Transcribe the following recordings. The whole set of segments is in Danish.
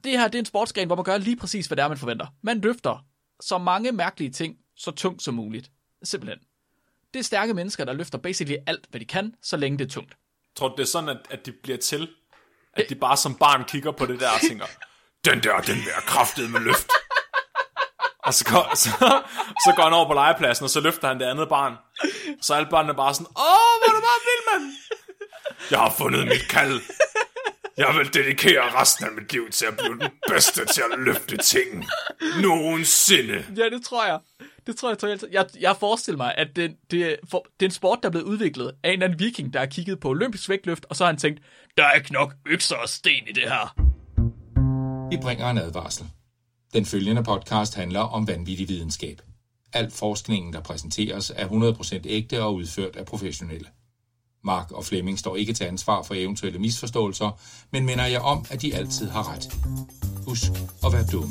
det her, det er en sportsgren, hvor man gør lige præcis, hvad det er, man forventer. Man løfter så mange mærkelige ting, så tungt som muligt. Simpelthen. Det er stærke mennesker, der løfter basically alt, hvad de kan, så længe det er tungt. Tror du, det er sådan, at de bliver til, at de bare som barn kigger på det der og tænker, den der kraftede med løft. Og så går han over på legepladsen, og så løfter han det andet barn. Så alle børnene er bare sådan, hvor er du bare vild, mand. Jeg har fundet mit kald. Jeg vil dedikere resten af mit liv til at blive den bedste til at løfte ting nogensinde. Ja, det tror jeg. Jeg forestiller mig, at det er en sport, der er blevet udviklet af en eller anden viking, der har kigget på olympisk vægtløft, og så har han tænkt, der er ikke nok økser og sten i det her. Vi bringer en advarsel. Den følgende podcast handler om vanvittig videnskab. Al forskningen, der præsenteres, er 100% ægte og udført af professionelle. Mark og Flemming står ikke til ansvar for eventuelle misforståelser, men minder jer om, at de altid har ret. Husk at være dumme.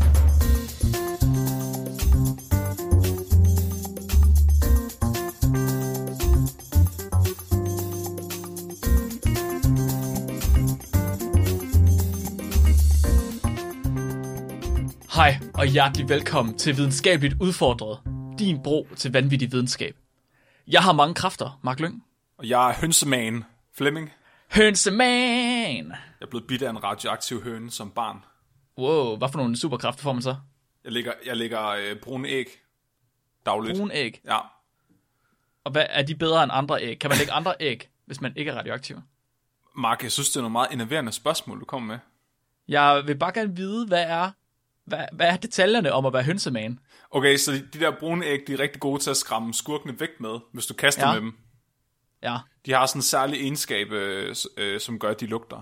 Hej og hjertelig velkommen til Videnskabeligt Udfordret, din bro til vanvittig videnskab. Jeg har mange kræfter, Mark Lyng. Og jeg er hønsemagen, Flemming. Hønsemagen! Jeg er blevet bidt af en radioaktiv høne som barn. Wow, hvad for nogle superkræfter får man så? Jeg lægger brune æg dagligt. Brune æg? Ja. Og hvad er de bedre end andre æg? Kan man lægge andre æg, hvis man ikke er radioaktiv? Mark, jeg synes, det er nogle meget innoverende spørgsmål, du kommer med. Jeg vil bare gerne vide, hvad er detaljerne om at være hønsemagen? Okay, så de der brune æg, de er rigtig gode til at skræmme skurkene væk med, hvis du kaster med dem. Ja. De har sådan en særlig egenskab, som gør, at de lugter.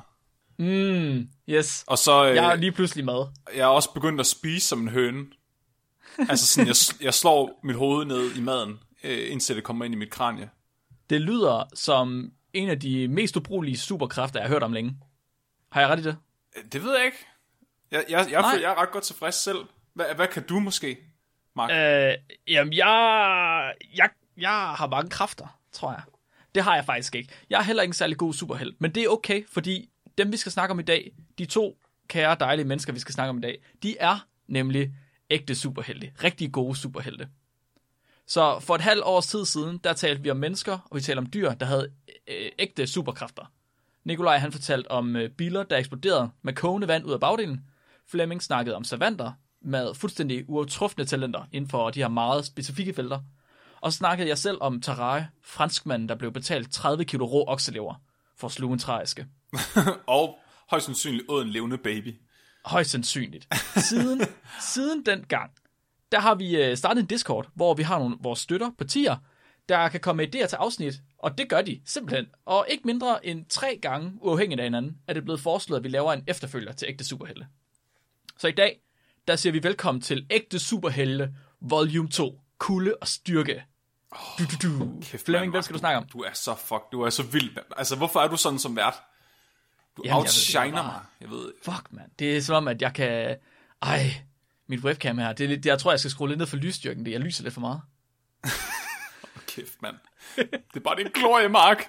Yes. Og så, jeg er lige pludselig mad. Jeg er også begyndt at spise som en høne. Altså sådan, jeg slår mit hoved ned i maden, indtil det kommer ind i mit kranie. Det lyder som en af de mest ubrugelige superkræfter, jeg har hørt om længe. Har jeg ret i det? Det ved jeg ikke. Jeg er ret godt tilfreds selv. Hvad kan du måske, Mark? Jamen, jeg har mange kræfter, tror jeg. Det har jeg faktisk ikke. Jeg er heller ikke en særlig god superhelt, men det er okay, fordi dem, vi skal snakke om i dag, de to kære, dejlige mennesker, vi skal snakke om i dag, de er nemlig ægte superhelte. Rigtig gode superhelte. Så for et halvt års tid siden, der talte vi om mennesker, og vi talte om dyr, der havde ægte superkræfter. Nikolaj, han fortalte om biler, der eksploderede med kogende vand ud af bagdelen. Flemming snakkede om savanter med fuldstændig uovertrufne talenter inden for de her meget specifikke felter. Og så snakkede jeg selv om Tarare, franskmanden, der blev betalt 30 kilo rå okselever for at sluge en trææske. Og højst sandsynligt åd en levende baby. Højst sandsynligt. Siden den gang, der har vi startet en Discord, hvor vi har vores støtter, partier, der kan komme med idéer til afsnit, og det gør de simpelthen. Og ikke mindre end 3 gange uafhængigt af hinanden, er det blevet foreslået, at vi laver en efterfølger til Ægte Superhelte. Så i dag, der siger vi velkommen til Ægte Superhelte Volume 2, Kulde og Styrke. Flemming, hvem skal du snakke om? Du er så vild. Altså, hvorfor er du sådan som vært? Du outshiner mig. Jeg ved. Fuck, mand. Det er som om, at jeg kan... mit webcam her. Det er lidt... Jeg tror, jeg skal skrue lidt ned for lysstyrken. Jeg lyser lidt for meget. Kæft, mand. Det er bare din glorie, Mark.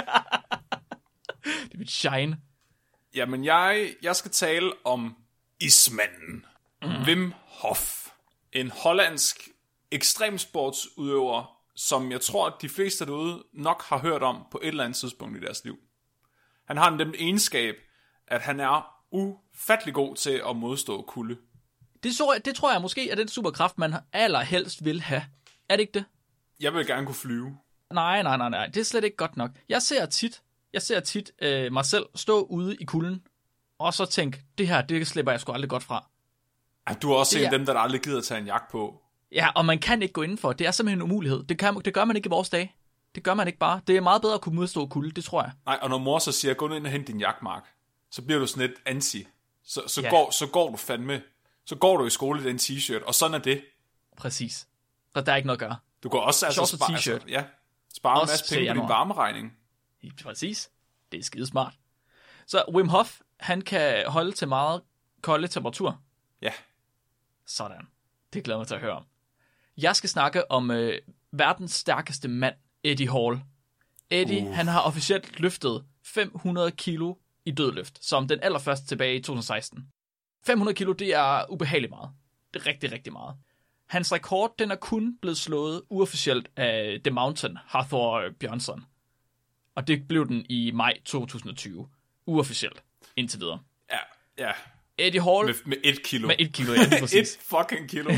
Det er mit shine. Jamen, jeg skal tale om ismanden. Wim Hof. En hollandsk ekstremsportsudøver, som jeg tror, at de fleste derude nok har hørt om på et eller andet tidspunkt i deres liv. Han har den egenskab, at han er ufattelig god til at modstå kulde. Det tror jeg måske er den superkraft, man allerhelst vil have. Er det ikke det? Jeg vil gerne kunne flyve. Nej. Det er slet ikke godt nok. Jeg ser tit mig selv stå ude i kulden, og så tænke, det slipper jeg sgu aldrig godt fra. Du er også en af dem, der aldrig gider at tage en jakke på. Ja, og man kan ikke gå indenfor. Det er simpelthen en umulighed. Det gør man ikke i vores dage. Det gør man ikke bare. Det er meget bedre at kunne modstå kulde, det tror jeg. Nej, og når mor så siger, gå nu ind og hente din jakke, Mark, så bliver du sådan lidt anti. Så går du fandme. Så går du i skole i den t-shirt, og sådan er det. Præcis. Og der er ikke noget at gøre. Du går også spare en masse penge på din varmeregning. Præcis. Det er skidesmart. Så Wim Hof, han kan holde til meget kolde temperatur. Ja. Sådan. Det glæder mig til at høre om. Jeg skal snakke om verdens stærkeste mand, Eddie Hall. Eddie, han har officielt løftet 500 kilo i dødløft, som den allerførste tilbage i 2016. 500 kilo, det er ubehageligt meget. Det er rigtig, rigtig meget. Hans rekord, den er kun blevet slået uofficielt af The Mountain, Hathor Bjørnsson. Og det blev den i maj 2020. Uofficielt, indtil videre. Ja. Eddie Hall... Med 1 kilo. Med 1 kilo, ja, det er præcis. 1 fucking kilo.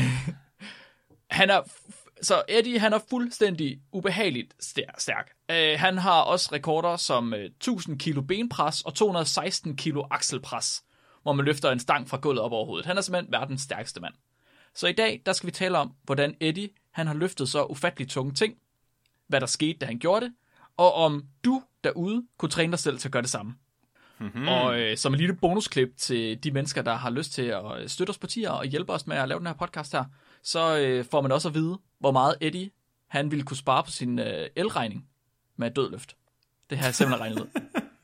Så Eddie, han er fuldstændig ubehageligt stærk. Han har også rekorder som 1000 kilo benpres og 216 kilo akselpres, hvor man løfter en stang fra gulvet op over hovedet. Han er simpelthen verdens stærkeste mand. Så i dag, der skal vi tale om, hvordan Eddie, han har løftet så ufattelig tunge ting, hvad der skete, da han gjorde det, og om du derude kunne træne dig selv til at gøre det samme. Mm-hmm. Og som en lille bonusklip til de mennesker, der har lyst til at støtte os på tier og hjælpe os med at lave den her podcast her, så får man også at vide, hvor meget Eddie, han ville kunne spare på sin elregning med et dødløft. Det har jeg simpelthen regnet ud.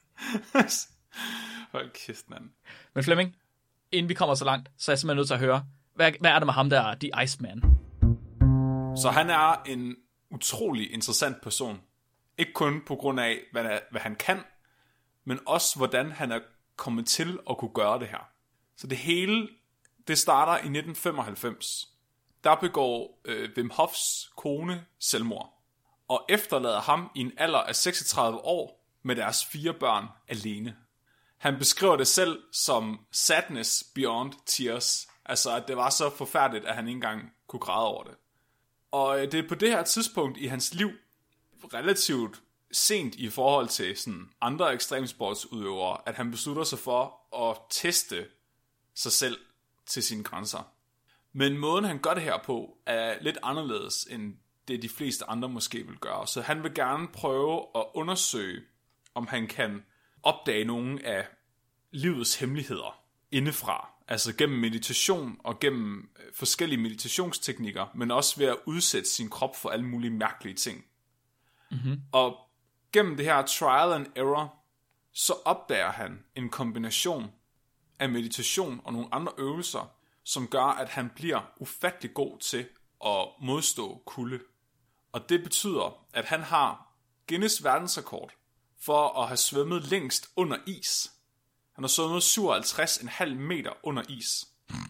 Hold kæft, mand. Men Flemming, inden vi kommer så langt, så er jeg simpelthen nødt til at høre, hvad er det med ham der, The Iceman? Så han er en utrolig interessant person. Ikke kun på grund af, hvad han kan, men også hvordan han er kommet til at kunne gøre det her. Så det hele, det starter i 1995. Der begår Wim Hofs kone selvmord, og efterlader ham i en alder af 36 år med deres 4 børn alene. Han beskriver det selv som sadness beyond tears, altså at det var så forfærdeligt, at han ikke engang kunne græde over det. Og det er på det her tidspunkt i hans liv relativt sent i forhold til sådan andre ekstremsportsudøvere, at han beslutter sig for at teste sig selv til sine grænser. Men måden han gør det her på er lidt anderledes end det de fleste andre måske vil gøre. Så han vil gerne prøve at undersøge, om han kan opdage nogle af livets hemmeligheder indefra. Altså gennem meditation og gennem forskellige meditationsteknikker, men også ved at udsætte sin krop for alle mulige mærkelige ting. Mm-hmm. Og gennem det her trial and error, så opdager han en kombination af meditation og nogle andre øvelser, som gør, at han bliver ufattelig god til at modstå kulde. Og det betyder, at han har Guinness verdensrekord for at have svømmet længst under is. Han har svømmet 57,5 meter under is.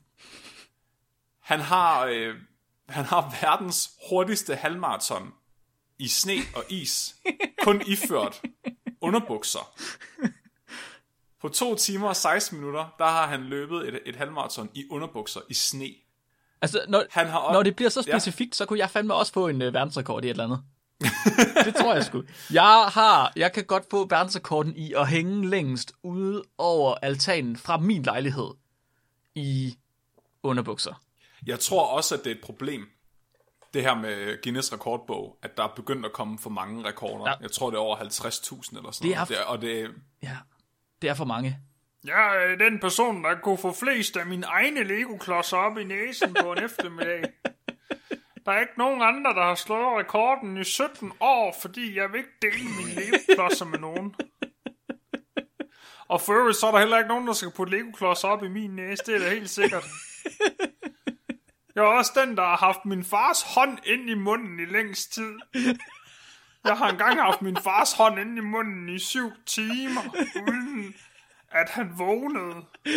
Han har verdens hurtigste halvmarathon i sne og is, kun iført underbukser. På 2 timer og 16 minutter, der har han løbet et halvmarathon i underbukser i sne. Altså, når det bliver så specifikt, så kunne jeg fandme også få en verdensrekord i et eller andet. Det tror jeg sgu. Jeg kan godt få verdensrekorden i at hænge længst ude over altanen fra min lejlighed i underbukser. Jeg tror også, at det er et problem, det her med Guinness rekordbog, at der er begyndt at komme for mange rekorder. Ja. Jeg tror, det er over 50.000 eller sådan noget. Ja, det er for mange. Jeg er den person, der kunne få flest af mine egne Lego-klodser op i næsen på en eftermiddag. Der er ikke nogen andre, der har slået rekorden i 17 år, fordi jeg vil ikke dele mine Lego-klodser med nogen. Og for øvrigt, så er der heller ikke nogen, der skal putte Lego-klodser op i min næse. Det er da helt sikkert. Jeg er også den, der har haft min fars hånd ind i munden i længst tid. Jeg har engang haft min fars hånd ind i munden i 7 timer, uden at han vågnede.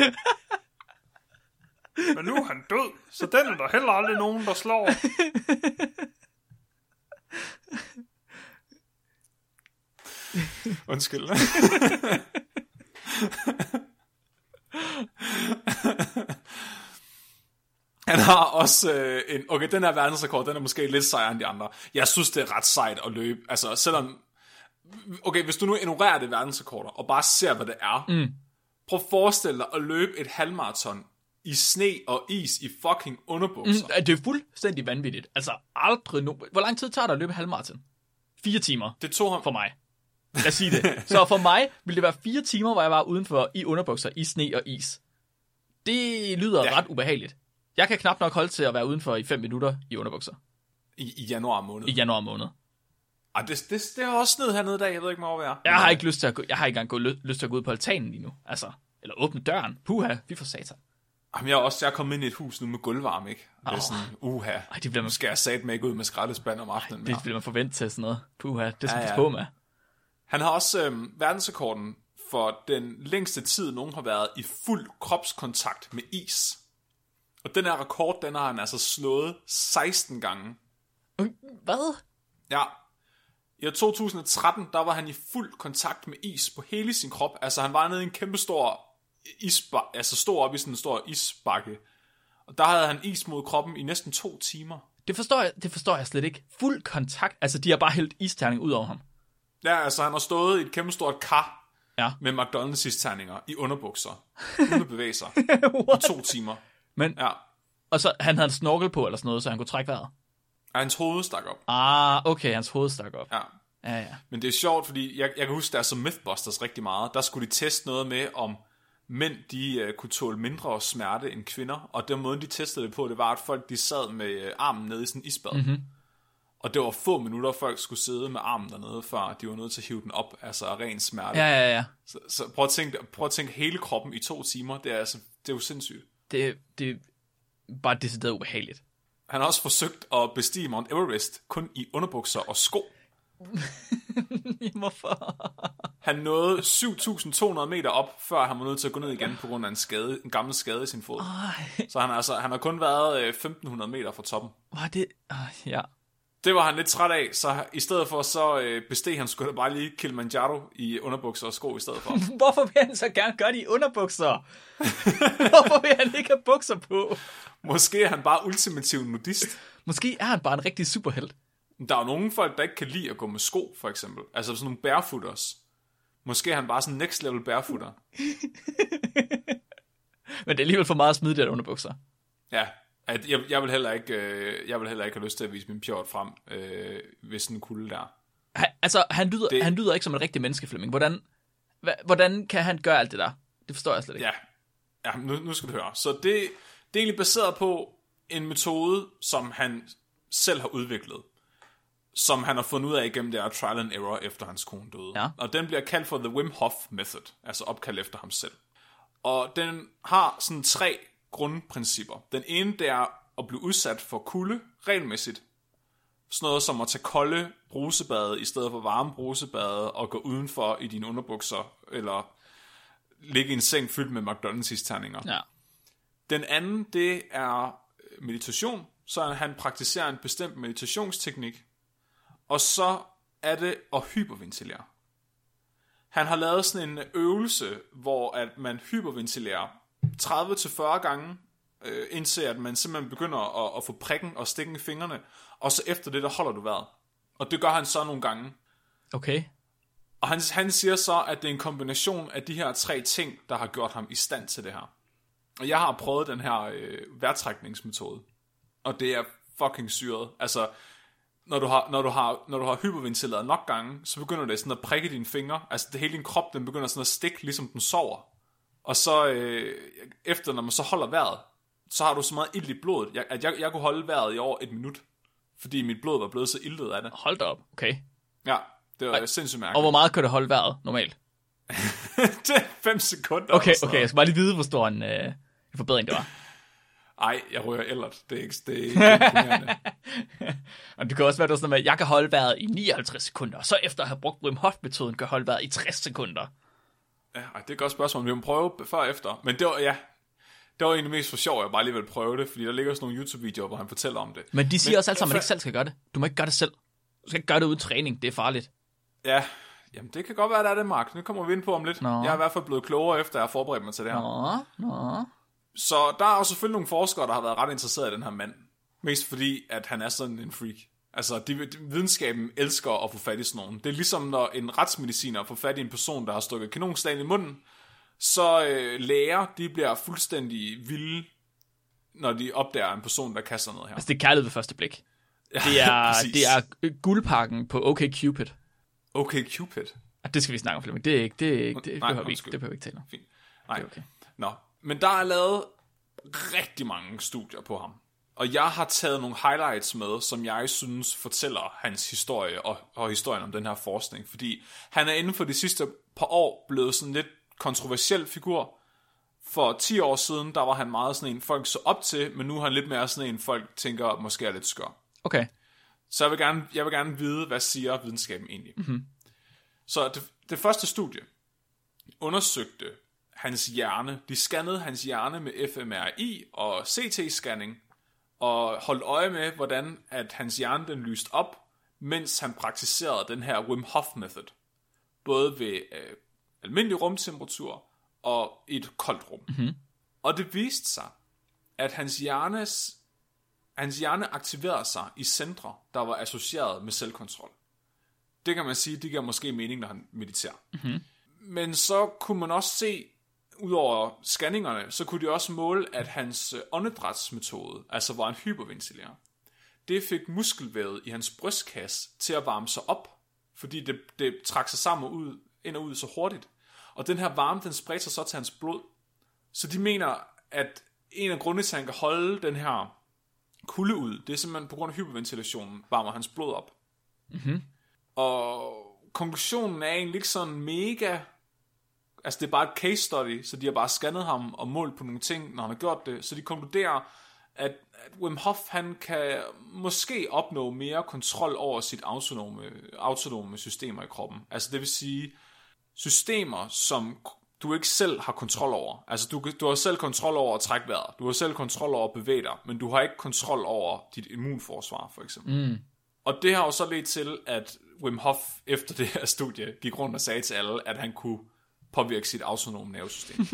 Men nu er han død, så den er der heller aldrig nogen, der slår. Undskyld. Han har også okay, den her verdensrekord, den er måske lidt sejere end de andre. Jeg synes, det er ret sejt at løbe. Altså, selvom... Okay, hvis du nu ignorerer det verdensrekorder, og bare ser, hvad det er. Prøv at forestille dig at løbe et halvmarathon i sne og is i fucking underbukser. Det er fuldstændig vanvittigt. Altså, aldrig nu. Hvor lang tid tager det at løbe halvmarathon? 4 timer. Det tog ham. For mig. Lad os sige det. Så for mig ville det være 4 timer, hvor jeg var udenfor i underbukser, i sne og is. Det lyder ret ubehageligt. Jeg kan knap nok holde til at være udenfor i 5 minutter i underbukser. I januar måned? I januar måned. Det er også sned hernede i dag, jeg ved ikke, hvor jeg er. Jeg har ikke lyst til at gå, jeg har ikke engang lyst til at gå ud på altanen lige nu. Altså, eller åbne døren. Puha, vi får satan. Jamen, jeg er kommet ind i et hus nu med gulvvarme, ikke? Det er sådan, det bliver man... skal jeg satme ikke ud med skraldespand om aftenen. Det bliver man forvente til sådan noget. Puha, det skal vi på med. Han har også verdensrekorden for den længste tid, nogen har været i fuld kropskontakt med is. Og den her rekord, den har han altså slået 16 gange. Hvad? Ja. I 2013, der var han i fuld kontakt med is på hele sin krop. Altså han var nede i en kæmpe stor stor op i sådan en stor isbakke. Og der havde han is mod kroppen i næsten 2 timer. Det forstår jeg slet ikke. Fuld kontakt. Altså de har bare hældt isterning ud over ham. Ja, altså han har stået i et kæmpe stort kar med McDonald's isterninger i underbukser. Uden at bevæge sig. I 2 timer. Men, ja. Og så han havde en snorkel på eller sådan noget, så han kunne trække vejret. Ja, hans hoved stak op. Okay, hans hoved stak op. Ja. Men det er sjovt, fordi jeg kan huske, der som Mythbusters rigtig meget. Der skulle de teste noget med, om mænd de kunne tåle mindre smerte end kvinder. Og den måde, de testede det på, det var, at folk de sad med armen nede i sådan en isbad. Mm-hmm. Og det var få minutter, folk skulle sidde med armen dernede, før de var nødt til at hive den op, altså af ren smerte. Ja. Så prøv at tænke hele kroppen i 2 timer. Det er jo sindssygt. Det er bare decideret ubehageligt. Han har også forsøgt at bestige Mount Everest kun i underbukser og sko. Hvorfor? Han nåede 7.200 meter op, før han var nødt til at gå ned igen på grund af en gammel skade i sin fod. Så han har kun været 1.500 meter fra toppen. Var det? Ja. Det var han lidt træt af, så i stedet for så besteg han sgu da bare lige Kilimanjaro i underbukser og sko i stedet for. Hvorfor vil han så gerne gøre det i underbukser? Hvorfor vil han ikke have bukser på? Måske er han bare ultimativ nudist. Måske er han bare en rigtig superhelt. Der er jo nogle folk, der ikke kan lide at gå med sko, for eksempel. Altså sådan nogle barefooters. Måske er han bare sådan next level barefooter. Men det er alligevel for meget at smide det underbukser. Ja, jeg vil heller ikke have lyst til at vise min pjort frem, hvis den kulde der. Han lyder ikke som en rigtig menneske, Flemming. Hvordan kan han gøre alt det der? Det forstår jeg slet ikke. Ja, nu skal du høre. Så det er egentlig baseret på en metode, som han selv har udviklet, som han har fundet ud af igennem det her trial and error, efter hans kone døde. Ja. Og den bliver kaldt for The Wim Hof Method, altså opkaldt efter ham selv. Og den har sådan 3 grundprincipper. Den ene, det er at blive udsat for kulde regelmæssigt. Sådan noget som at tage kolde brusebade i stedet for varme brusebade og gå udenfor i dine underbukser, eller ligge i en seng fyldt med McDonald's-isterninger. Ja. Den anden, det er meditation, så han praktiserer en bestemt meditationsteknik, og så er det at hyperventilere. Han har lavet sådan en øvelse, hvor at man hyperventilerer 30-40 gange, indtil at man simpelthen begynder at få prikken og stikken i fingrene, og så efter det, der holder du vejret. Og det gør han så nogle gange. Okay. Og han siger så, at det er en kombination af de her 3 ting, der har gjort ham i stand til det her. Og jeg har prøvet den her vejrtrækningsmetode, og det er fucking syret. Altså, når du har hyperventileret nok gange, så begynder det sådan at prikke dine fingre. Altså, det hele din krop, den begynder sådan at stikke, ligesom den sover. Og så efter, når man så holder vejret, så har du så meget ild i blodet, at jeg kunne holde vejret i over 1 minut, fordi mit blod var blevet så iltet af det. Hold da op, okay. Ja, det var sindssygt mærkeligt. Og hvor meget kan du holde vejret normalt? Det er 5 sekunder. Okay, jeg skal bare lige vide, hvor stor en forbedring det var. Ej, jeg ryger ellert. Det er ikke imponerende. Og det kan også være, sådan noget med, at jeg kan holde vejret i 59 sekunder, og så efter at have brugt Wim Hof-metoden, kan jeg holde vejret i 60 sekunder. Ja, det er et godt spørgsmål. Vi må prøve før og efter. Men det var egentlig mest for sjov, at jeg bare lige vil prøve det, fordi der ligger sådan nogle YouTube-videoer, hvor han fortæller om det. Men de siger også altid, at man ikke selv skal gøre det. Du må ikke gøre det selv. Du skal ikke gøre det uden træning. Det er farligt. Ja, jamen det kan godt være, at det er det, Mark. Nu kommer vi ind på om lidt. Jeg er i hvert fald blevet klogere, efter jeg har forberedt mig til det her. Så der er jo selvfølgelig nogle forskere, der har været ret interesserede i den her mand. Mest fordi, at han er sådan en freak. Altså, videnskaben elsker at få fat i sådan nogen. Det er ligesom, når en retsmediciner får fat i en person, der har stukket kanonslag i munden, så læger, de bliver fuldstændig vilde, når de opdager en person, der kaster noget her. Altså, det er kærlighed ved første blik. Det er guldpakken på OkCupid. OkCupid? Det skal vi snakke om, Flemming. Det behøver vi ikke tale om. Fint. Nej, det er okay. Nå, men der er lavet rigtig mange studier på ham. Og jeg har taget nogle highlights med, som jeg synes fortæller hans historie og historien om den her forskning. Fordi han er inden for de sidste par år blevet sådan lidt kontroversiel figur. For 10 år siden, der var han meget sådan en, folk så op til, men nu er han lidt mere sådan en, folk tænker måske er lidt skør. Okay. Så jeg vil gerne vide, hvad siger videnskaben egentlig. Mm-hmm. Så det første studie, undersøgte hans hjerne. De scannede hans hjerne med fMRI og CT-scanning, og holdt øje med, hvordan at hans hjerne den lyste op, mens han praktiserede den her Wim Hof method. Både ved almindelig rumtemperatur og i et koldt rum. Mm-hmm. Og det viste sig, at hans hjerne aktiverede sig i centre, der var associeret med selvkontrol. Det kan man sige, det giver måske mening, når han mediterer. Mm-hmm. Men så kunne man også se, udover scanningerne, så kunne de også måle, at hans åndedrætsmetode, altså hvor han hyperventilerer, det fik muskelvævet i hans brystkasse til at varme sig op, fordi det trak sig sammen ind og ud så hurtigt. Og den her varme, den spredte sig så til hans blod. Så de mener, at en af grundene til, at han kan holde den her kulde ud, det er simpelthen på grund af hyperventilationen, varmer hans blod op. Mm-hmm. Og konklusionen er egentlig ikke sådan mega... Altså det er bare et case study, så de har bare scannet ham og målt på nogle ting, når han har gjort det. Så de konkluderer, at Wim Hof, han kan måske opnå mere kontrol over sit autonome systemer i kroppen. Altså det vil sige, systemer, som du ikke selv har kontrol over. Altså du har selv kontrol over at trække vejret. Du har selv kontrol over at bevæge dig, men du har ikke kontrol over dit immunforsvar, for eksempel. Mm. Og det har jo så ledt til, at Wim Hof efter det her studie gik rundt og sagde til alle, at han kunne påvirke sit autonome nervesystem.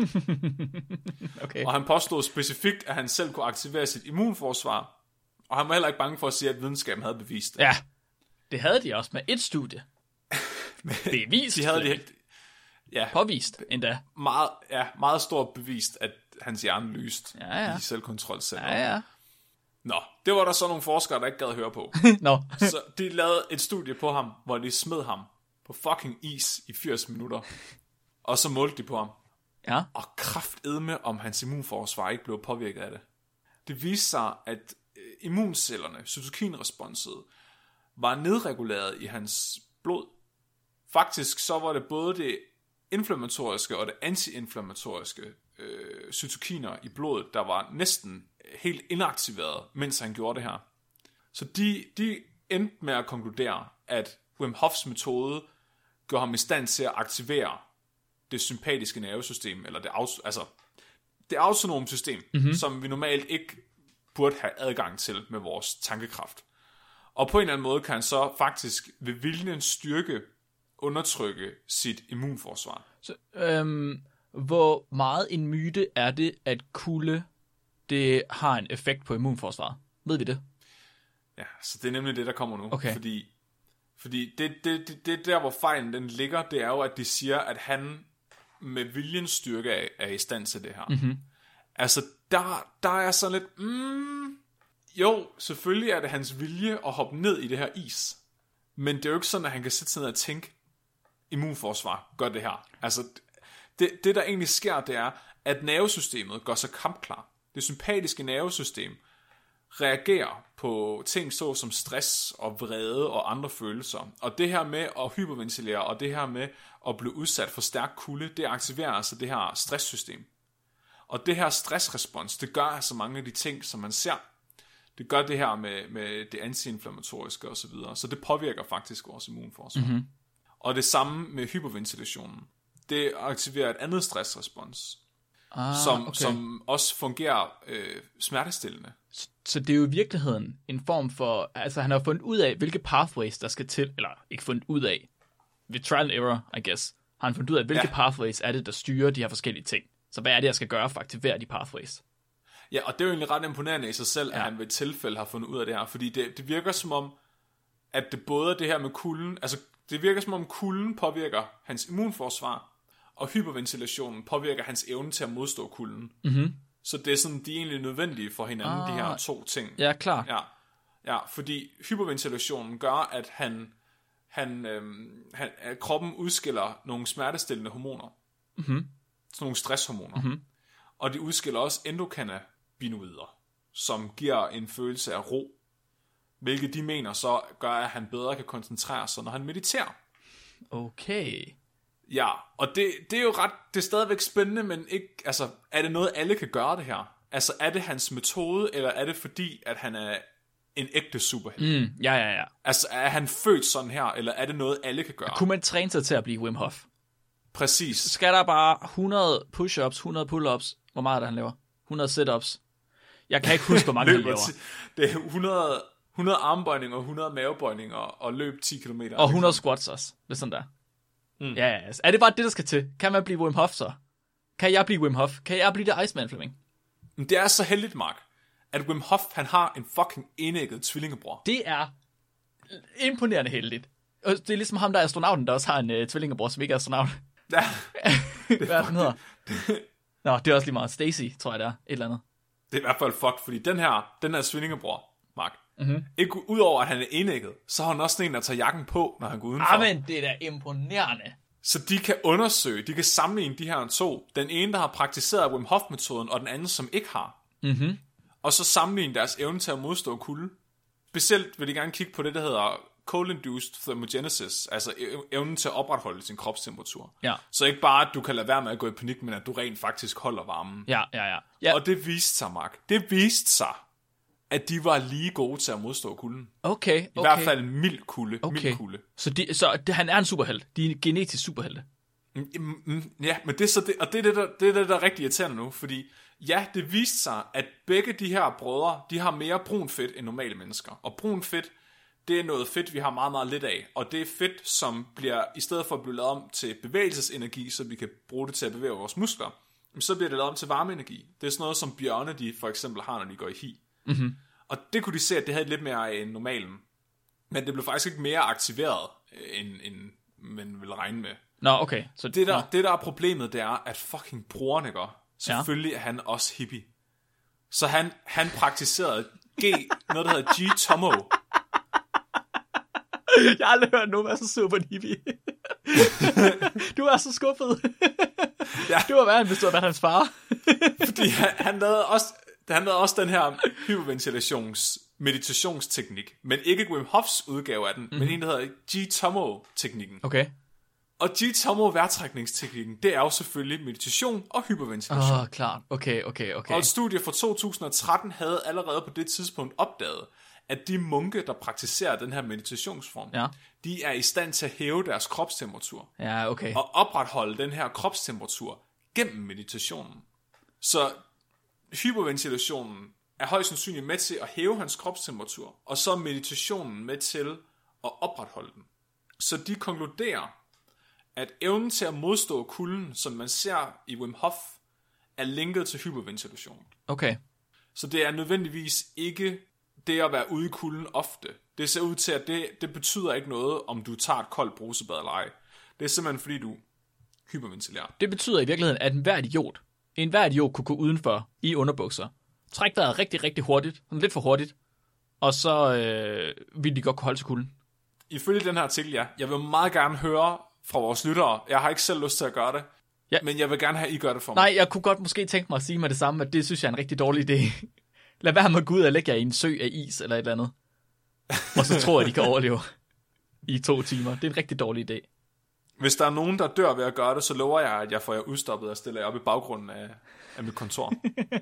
Okay. Og han påstod specifikt, at han selv kunne aktivere sit immunforsvar, og han var heller ikke bange for at sige, at videnskaben havde bevist det. Ja, det havde de også med et studie. Bevist. De havde det, ja, påvist endda. Meget stort bevist, at hans hjerne lyste i selvkontrolceller. Ja. Nå, det var der så nogle forskere, der ikke gad høre på. Nå. Så de lavede et studie på ham, hvor de smed ham på fucking is i 80 minutter. Og så målte de på ham. Ja. Og kraftedme, om hans immunforsvar ikke blev påvirket af det. Det viste sig, at immuncellerne, cytokinresponset, var nedreguleret i hans blod. Faktisk så var det både det inflammatoriske og det antiinflammatoriske cytokiner i blodet, der var næsten helt inaktiveret, mens han gjorde det her. Så de endte med at konkludere, at Wim Hofs metode gør ham i stand til at aktivere det sympatiske nervesystem, eller det autonome system, som vi normalt ikke burde have adgang til med vores tankekraft. Og på en eller anden måde kan han så faktisk ved viljens styrke undertrykke sit immunforsvar. Så, hvor meget en myte er det, at kulde det har en effekt på immunforsvaret? Ved vi det? Ja, så det er nemlig det, der kommer nu. Okay. Fordi det der, hvor fejlen den ligger, det er jo, at de siger, at han med viljens styrke er i stand til det her. Mm-hmm. Altså, der er sådan lidt... jo, selvfølgelig er det hans vilje at hoppe ned i det her is. Men det er jo ikke sådan, at han kan sætte sig ned og tænke, immunforsvar, gør det her. Altså, det der egentlig sker, det er, at nervesystemet går så kampklar. Det sympatiske nervesystem reagerer på ting så som stress og vrede og andre følelser. Og det her med at hyperventilere, og det her med at blive udsat for stærk kulde, det aktiverer altså det her stresssystem. Og det her stressrespons, det gør altså mange af de ting, som man ser. Det gør det her med det antiinflammatoriske osv. Så det påvirker faktisk vores immunforsvar. Mm-hmm. Og det samme med hyperventilationen. Det aktiverer et andet stressrespons, som også fungerer smertestillende. Så det er jo i virkeligheden en form for... Altså han har fundet ud af, hvilke pathways der skal til, eller ikke fundet ud af, ved trial and error, I guess, har han fundet ud af, hvilke pathways er det, der styrer de her forskellige ting. Så hvad er det, jeg skal gøre for at aktivere de pathways? Ja, og det er jo egentlig ret imponerende i sig selv, at han ved et tilfælde har fundet ud af det her, fordi det virker som om, at det både er det her med kulden, altså det virker som om kulden påvirker hans immunforsvar, og hyperventilationen påvirker hans evne til at modstå kulden. Mm-hmm. Så det er sådan, de er egentlig nødvendige for hinanden, de her to ting. Ja, klar. Ja, fordi hyperventilationen gør, at at kroppen udskiller nogle smertestillende hormoner. Mm-hmm. Sådan nogle stresshormoner. Mm-hmm. Og de udskiller også endokannabinoider, som giver en følelse af ro, hvilket de mener så gør, at han bedre kan koncentrere sig, når han mediterer. Okay. Ja, og det er jo det er stadigvæk spændende, men ikke, altså, er det noget, alle kan gøre det her? Altså, er det hans metode, eller er det fordi, at han er en ægte superhelt? Ja. Altså, er han født sådan her, eller er det noget, alle kan gøre? Kunne man træne sig til at blive Wim Hof? Præcis. skal der bare 100 push-ups, 100 pull-ups. Hvor meget er det, han laver? 100 sit-ups. Jeg kan ikke huske, hvor mange han laver. Det er 100 armbøjninger, 100 mavebøjninger og løb 10 km. Og 100 squats også. Det er sådan der. Ja, altså. Er det bare det, der skal til? Kan man blive Wim Hof så? Kan jeg blive Wim Hof? Kan jeg blive det Iceman, Flemming? Men det er så heldigt, Mark, at Wim Hof, han har en fucking enægget tvillingebror. Det er imponerende heldigt. Og det er ligesom ham, der er astronauten, der også har en tvillingebror, som ikke er astronaut. Ja. Hvad er den hedder? Nå, det er også lige meget. Stacy, tror jeg, det er. Et eller andet. Det er i hvert fald fucked, fordi den her tvillingebror, Mark, ikke udover at han er enægget, så har han også en, der tager jakken på, når han går udenfor. Men det er da imponerende. Så de kan undersøge, de kan sammenligne de her to. Den ene, der har praktiseret Wim Hof-metoden, og den anden, som ikke har. Og så sammenligne deres evne til at modstå kulde. Specielt vil de gerne kigge på det, der hedder cold-induced thermogenesis, altså evnen til at opretholde sin kropstemperatur. Ja. Så ikke bare, at du kan lade være med at gå i panik, men at du rent faktisk holder varmen. Ja. Og det viste sig, Mark. Det viste sig, at de var lige gode til at modstå kulden. Okay. I hvert fald mild kulde. Okay. Mild kulde. Så han er en superhelt. De er en genetisk superhelte. Ja, men det er så det, og det er det, der er rigtig irriterende nu, fordi ja, det viste sig, at begge de her brødre, de har mere brun fedt end normale mennesker. Og brun fedt, det er noget fedt, vi har meget, meget lidt af. Og det er fedt, som bliver, i stedet for at blive lavet om til bevægelsesenergi, så vi kan bruge det til at bevæge vores muskler, så bliver det lavet om til varmeenergi. Det er sådan noget, som bjørne, de for eksempel har, når de går i hi. Og det kunne de se, at det havde lidt mere end normalen. Men det blev faktisk ikke mere aktiveret, end man ville regne med. Nå, okay. Så, det der er problemet, det er, at fucking broren, ikke? Selvfølgelig er han også hippie. Så han praktiserede noget, der hedder G-Tomo. Jeg har aldrig hørt nogen være så super hippie. Du er så skuffet. Ja. Du var værre, hvis du havde været hans far. Fordi han lavede også den her hyperventilations meditationsteknik, men ikke Wim Hofs udgave af den, men en, der hedder G-Tomo-teknikken. Okay. Og G-Tomo-vejrtrækningsteknikken, det er jo selvfølgelig meditation og hyperventilation. Klart. Okay. Og et studie fra 2013 havde allerede på det tidspunkt opdaget, at de munke, der praktiserer den her meditationsform, de er i stand til at hæve deres kropstemperatur. Ja, okay. Og opretholde den her kropstemperatur gennem meditationen. Så hyperventilationen er højst sandsynligt med til at hæve hans kropstemperatur, og så er meditationen med til at opretholde den. Så de konkluderer, at evnen til at modstå kulden, som man ser i Wim Hof, er linket til hyperventilation. Okay. Så det er nødvendigvis ikke det at være ude i kulden ofte. Det ser ud til, at det betyder ikke noget, om du tager et koldt brusebad eller ej. Det er simpelthen fordi, du hyperventilerer. Det betyder i virkeligheden, at enhver idiot kunne gå udenfor i underbukser. Træk vejret rigtig, rigtig hurtigt. Lidt for hurtigt. Og så vil de godt kunne holde til kulden. Ifølge den her artikel, ja. Jeg vil meget gerne høre fra vores lyttere. Jeg har ikke selv lyst til at gøre det. Ja. Men jeg vil gerne have, at I gør det for mig. Nej, jeg kunne godt måske tænke mig at sige mig det samme, at det synes jeg er en rigtig dårlig idé. Lad være med at gå ud og lægge jer i en sø af is eller et eller andet. Og så tror jeg, de kan overleve i 2 timer. Det er en rigtig dårlig idé. Hvis der er nogen, der dør ved at gøre det, så lover jeg, at jeg får jer udstoppet og stiller jer op i baggrunden af mit kontor.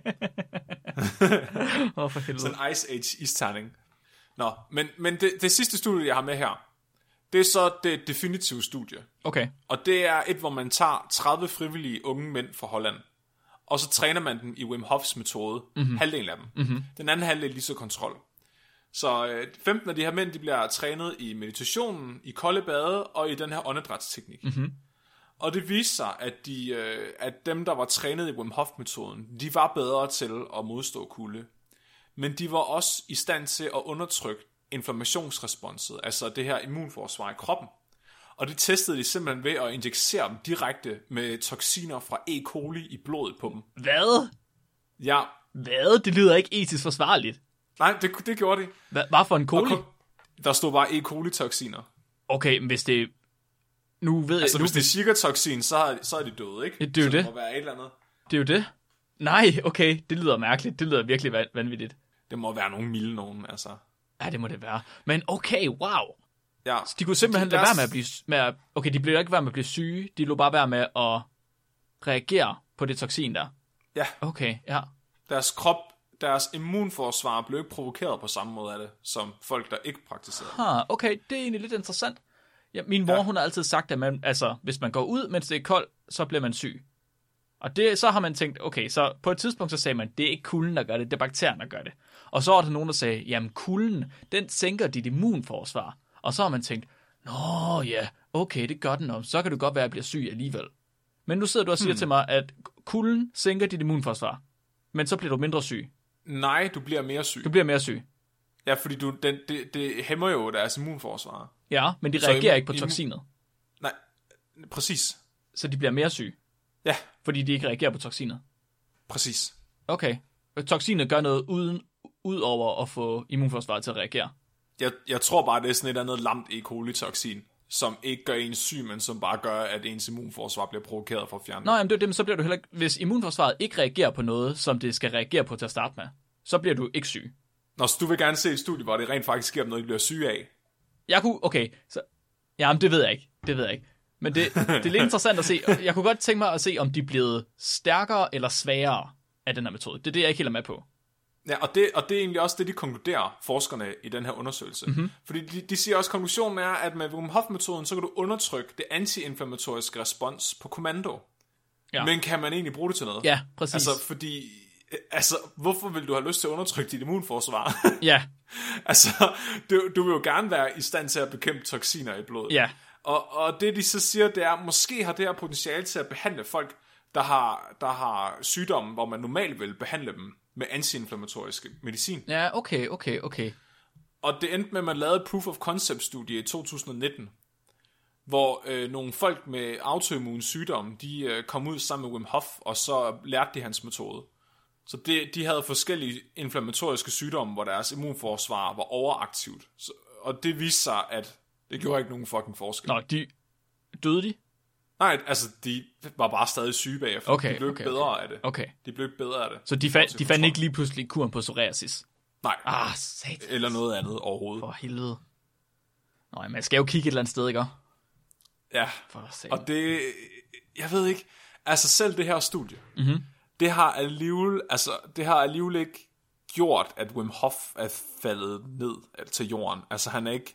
For helvede. Sådan en Ice Age isterning. Nå, men det sidste studie, jeg har med her, det er så det definitive studie. Okay. Og det er et, hvor man tager 30 frivillige unge mænd fra Holland, og så træner man dem i Wim Hofs metode. Halvdelen af dem. Den anden halvdel lige så kontrol. Så 15 af de her mænd, de bliver trænet i meditationen, i kolde bade og i den her åndedrætsteknik. Og det viste sig, at dem, der var trænet i Wim Hof-metoden, de var bedre til at modstå kulde. Men de var også i stand til at undertrykke inflammationsresponset, altså det her immunforsvar i kroppen. Og det testede de simpelthen ved at injicere dem direkte med toksiner fra E. coli i blodet på dem. Hvad? Ja. Hvad? Det lyder ikke etisk forsvarligt. Nej, det gjorde de. Hvad for en coli? Der stod bare E. coli-toksiner. Okay, men hvis det... Nu ved altså, jeg... hvis det er Zika-toksin, så er de døde, ikke? Det er jo så det. må være et eller andet. Det er jo det. Nej, okay, det lyder mærkeligt. Det lyder virkelig vanvittigt. Det må være nogen milde nogen, altså. Ja, det må det være. Men okay, wow. Ja. Så de kunne simpelthen lade være med at blive... Okay, de blev ikke være med at blive syge. De lå bare være med at reagere på det toksin der. Ja. Okay, ja. Deres immunforsvar blev ikke provokeret på samme måde af det, som folk, der ikke praktiserede. Okay, det er egentlig lidt interessant. Ja, min mor, hun har altid sagt, at man, altså, hvis man går ud, mens det er koldt, så bliver man syg. Og så har man tænkt, okay, så på et tidspunkt, så sagde man, det er ikke kulden, der gør det, det er bakterien, der gør det. Og så var der nogen, der sagde, jamen kulden, den sænker dit immunforsvar. Og så har man tænkt, nå ja, okay, det gør den, og så kan det godt være, at jeg bliver syg alligevel. Men nu sidder du og siger til mig, at kulden sænker dit immunforsvar, men så bliver du mindre syg. Nej, du bliver mere syg. Du bliver mere syg. Ja, fordi det hæmmer jo deres immunforsvar. Ja, men de reagerer ikke på toksinet. Nej, præcis. Så de bliver mere syge. Ja. Fordi de ikke reagerer på toksinet. Præcis. Okay. Toksinet gør noget ud over at få immunforsvaret til at reagere. Jeg tror bare, det er sådan et andet lamt E. coli-toksin, som ikke gør ens syg, men som bare gør, at ens immunforsvar bliver provokeret for at fjerne det. Nå, jamen det er det, men så bliver du heller ikke... Hvis immunforsvaret ikke reagerer på noget, som det skal reagere på til at starte med, så bliver du ikke syg. Nå, så du vil gerne se et studie, hvor det rent faktisk sker noget, de bliver syge af? Jeg kunne... Okay, så... Jamen, det ved jeg ikke. Men det er lidt interessant at se. Jeg kunne godt tænke mig at se, om de er blevet stærkere eller svagere af den her metode. Det er det, jeg ikke helt er med på. Ja, og det er egentlig også det, de konkluderer, forskerne i den her undersøgelse. Mm-hmm. Fordi de siger også, at konklusionen er, at med Wim Hof-metoden, så kan du undertrykke det antiinflammatoriske respons på kommando. Ja. Men kan man egentlig bruge det til noget? Ja, præcis. Altså, fordi... Altså, hvorfor vil du have lyst til at undertrykke dit immunforsvar? Ja. Altså, du vil jo gerne være i stand til at bekæmpe toksiner i blodet. Ja. Og det, de så siger, det er, måske har det her potentiale til at behandle folk, der har sygdomme, hvor man normalt vil behandle dem med antiinflammatoriske medicin. Ja, okay. Og det endte med, at man lavede et proof of concept-studie i 2019, hvor nogle folk med autoimmune sygdomme, de kom ud sammen med Wim Hof, og så lærte de hans metode. Så de havde forskellige inflammatoriske sygdomme, hvor deres immunforsvar var overaktivt. Og det viste sig, at det gjorde ikke nogen fucking forskel. Nå, døde de? Nej, altså de var bare stadig syge bagefter. Okay, de blev ikke bedre af det. Okay. De blev ikke bedre af det. Så de fandt ikke lige pludselig kuren på psoriasis? Nej. Satan. Eller noget andet overhovedet. For helvede. Nå, man skal jo kigge et eller andet sted, ikke? Ja, og det... Jeg ved ikke... Altså selv det her studie, det har alligevel ikke gjort, at Wim Hof er faldet ned til jorden. Altså han er ikke...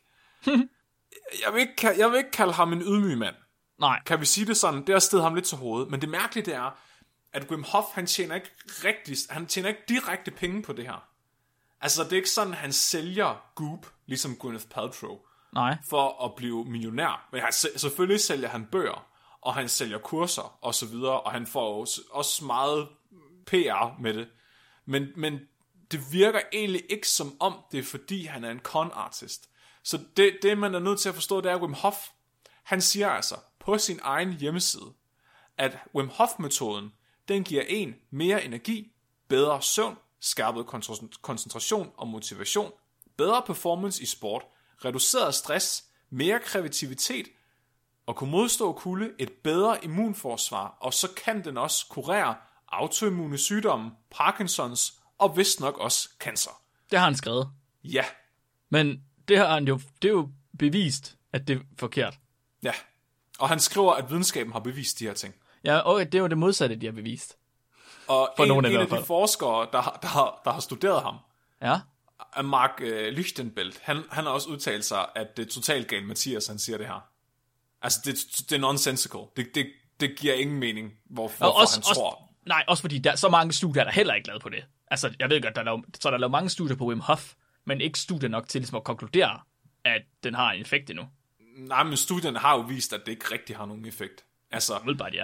jeg vil ikke kalde ham en ydmyg mand. Nej. Kan vi sige det sådan? Det har stedet ham lidt til hovedet. Men det mærkelige det er, at Wim Hof, han tjener ikke direkte penge på det her. Altså det er ikke sådan, han sælger Goop, ligesom Gwyneth Paltrow. Nej. For at blive millionær. Men selvfølgelig sælger han bøger, og han sælger kurser, og så videre, og han får også meget PR med det. Men det virker egentlig ikke som om, det er fordi, han er en con-artist. Så det, man er nødt til at forstå, det er, at Wim Hof, han siger altså på sin egen hjemmeside, at Wim Hof-metoden, den giver en mere energi, bedre søvn, skærpet koncentration og motivation, bedre performance i sport, reduceret stress, mere kreativitet, og kunne modstå kulde, et bedre immunforsvar, og så kan den også kurere autoimmune sygdomme, Parkinsons og vist nok også cancer. Det har han skrevet. Ja. Men det er jo bevist, at det er forkert. Ja. Og han skriver, at videnskaben har bevist de her ting. Ja, og det er jo det modsatte, de har bevist. Og en af de forskere, der har studeret ham, ja, er Mark Lichtenbelt. Han har også udtalt sig, at det er totalt galt Mathias, han siger det her. Altså, det er nonsensical. Det giver ingen mening, hvorfor han tror. Nej, også fordi der er så mange studier, der heller ikke lavet på det. Altså, jeg ved godt, der er lavet mange studier på Wim Hof, men ikke studier nok til ligesom at konkludere, at den har en effekt endnu. Nej, men studierne har jo vist, at det ikke rigtig har nogen effekt. Altså,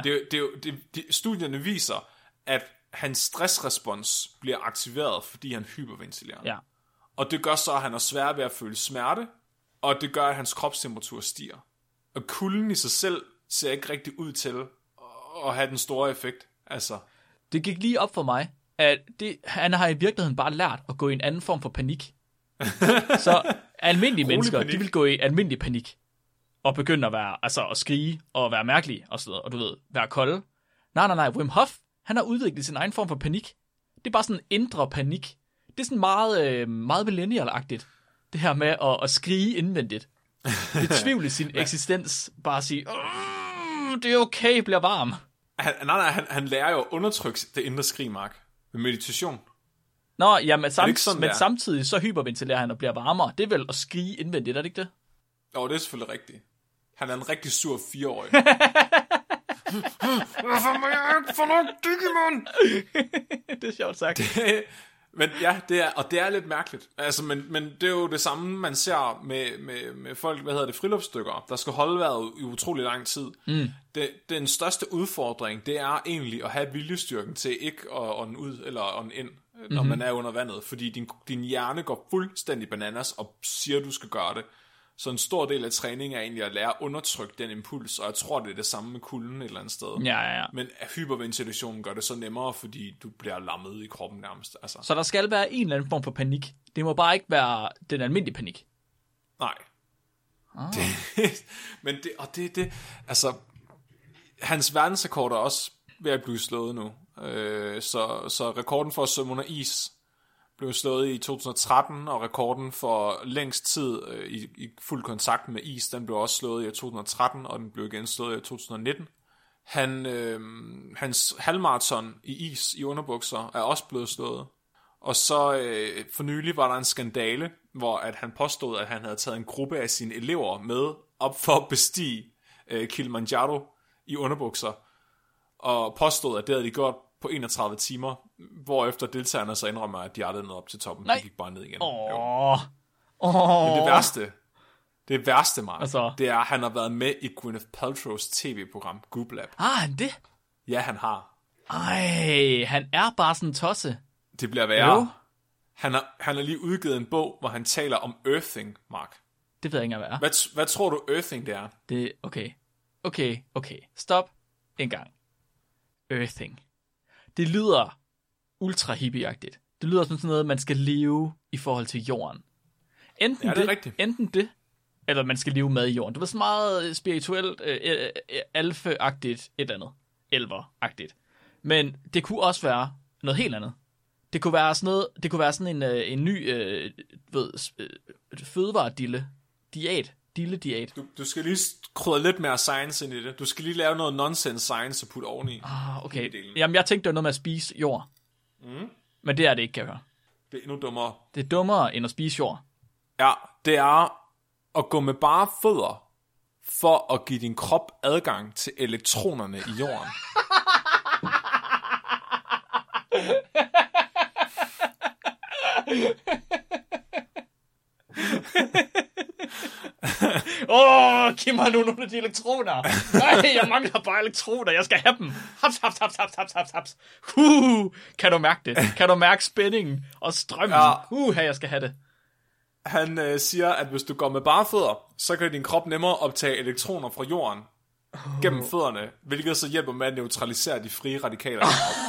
studierne viser, at hans stressrespons bliver aktiveret, fordi han hyperventilerer. Ja. Og det gør så, at han er svær ved at føle smerte, og det gør, at hans kropstemperatur stiger. Og kulden i sig selv ser ikke rigtig ud til at have den store effekt. Altså. Det gik lige op for mig, at han har i virkeligheden bare lært at gå i en anden form for panik. Så almindelige mennesker, de vil gå i almindelig panik. Og begynde at være, altså at skrige og være mærkelige og sådan noget, og du ved, være kolde. Nej, Wim Hof, han har udviklet sin egen form for panik. Det er bare sådan en indre panik. Det er sådan meget, meget millennial-agtigt. Det her med at skrige indvendigt. Betvivle sin eksistens. Bare at sige, det er okay, bliver varm. Han lærer jo at undertrykke det indre skrig, Mark. Med meditation. Nå, ja, men samtidig så hyperventilerer han og bliver varmere. Det er vel at skrige indvendigt, er det ikke det? Jo, det er selvfølgelig rigtigt. Han er en rigtig sur 4-årig. Hvorfor må jeg ikke få nok Digimon? Det er sjovt sagt. Men ja, det er lidt mærkeligt. Altså, men det er jo det samme, man ser med folk, friluftsstykker, der skal holde vejret i utrolig lang tid. Den største udfordring, det er egentlig at have viljestyrken til ikke at ånde ud eller ånde ind, når man er under vandet. Fordi din hjerne går fuldstændig bananas og siger, at du skal gøre det. Så en stor del af træningen er egentlig at lære at undertrykke den impuls, og jeg tror, det er det samme med kulden et eller andet sted. Ja. Men hyperventilationen gør det så nemmere, fordi du bliver lammet i kroppen nærmest. Altså. Så der skal være en eller anden form for panik. Det må bare ikke være den almindelige panik. Nej. Altså, hans verdensrekord er også ved at blive slået nu. Så rekorden for at svømme under is blev slået i 2013, og rekorden for længst tid i fuld kontakt med is, den blev også slået i 2013, og den blev igen slået i 2019. Hans halvmarathon i is i underbukser er også blevet slået. Og så for nylig var der en skandale, hvor at han påstod, at han havde taget en gruppe af sine elever med op for at bestige Kilimanjaro i underbukser, og påstod, at det havde de gjort på 31 timer, hvorefter deltagerne så indrømmer, at de aldrig nåede op til toppen. Nej. De gik bare ned igen. Men det værste, Mark, altså. Det er, at han har været med i Gwyneth Paltrow's tv-program, Goop Lab. Han det? Ja, han har. Ej, han er bare sådan en tosse. Det bliver værre. Jo. Han har lige udgivet en bog, hvor han taler om earthing, Mark. Det ved jeg ikke engang, hvad er. Hvad tror du earthing det er? Det okay. Stop en gang. Earthing. Det lyder ultra hippieagtigt. Det lyder som sådan noget, man skal leve i forhold til jorden. Enten det er rigtigt. Enten det, eller man skal leve med jorden. Det var så meget spirituelt, alfe-agtigt, et eller andet. Elver-agtigt. Men det kunne også være noget helt andet. Det kunne være sådan noget, det kunne være sådan en ny fødevaredille. Diæt. Du skal lige krydre lidt mere science ind i det. Du skal lige lave noget nonsense science og putte oveni. Okay. Jamen, jeg tænkte, det var noget med at spise jord. Men det er det ikke, kan jeg høre. Det er endnu dummere. Det er dummere, end at spise jord. Ja, det er at gå med bare fødder, for at give din krop adgang til elektronerne i jorden. Giv mig nu nogle af de elektroner. Nej, jeg mangler bare elektroner. Jeg skal have dem. Haps. Kan du mærke det? Kan du mærke spændingen og strømmen? Ja. Jeg skal have det. Han siger, at hvis du går med bare fødder, så kan din krop nemmere optage elektroner fra jorden gennem fødderne, hvilket så hjælper med at neutralisere de frie radikaler.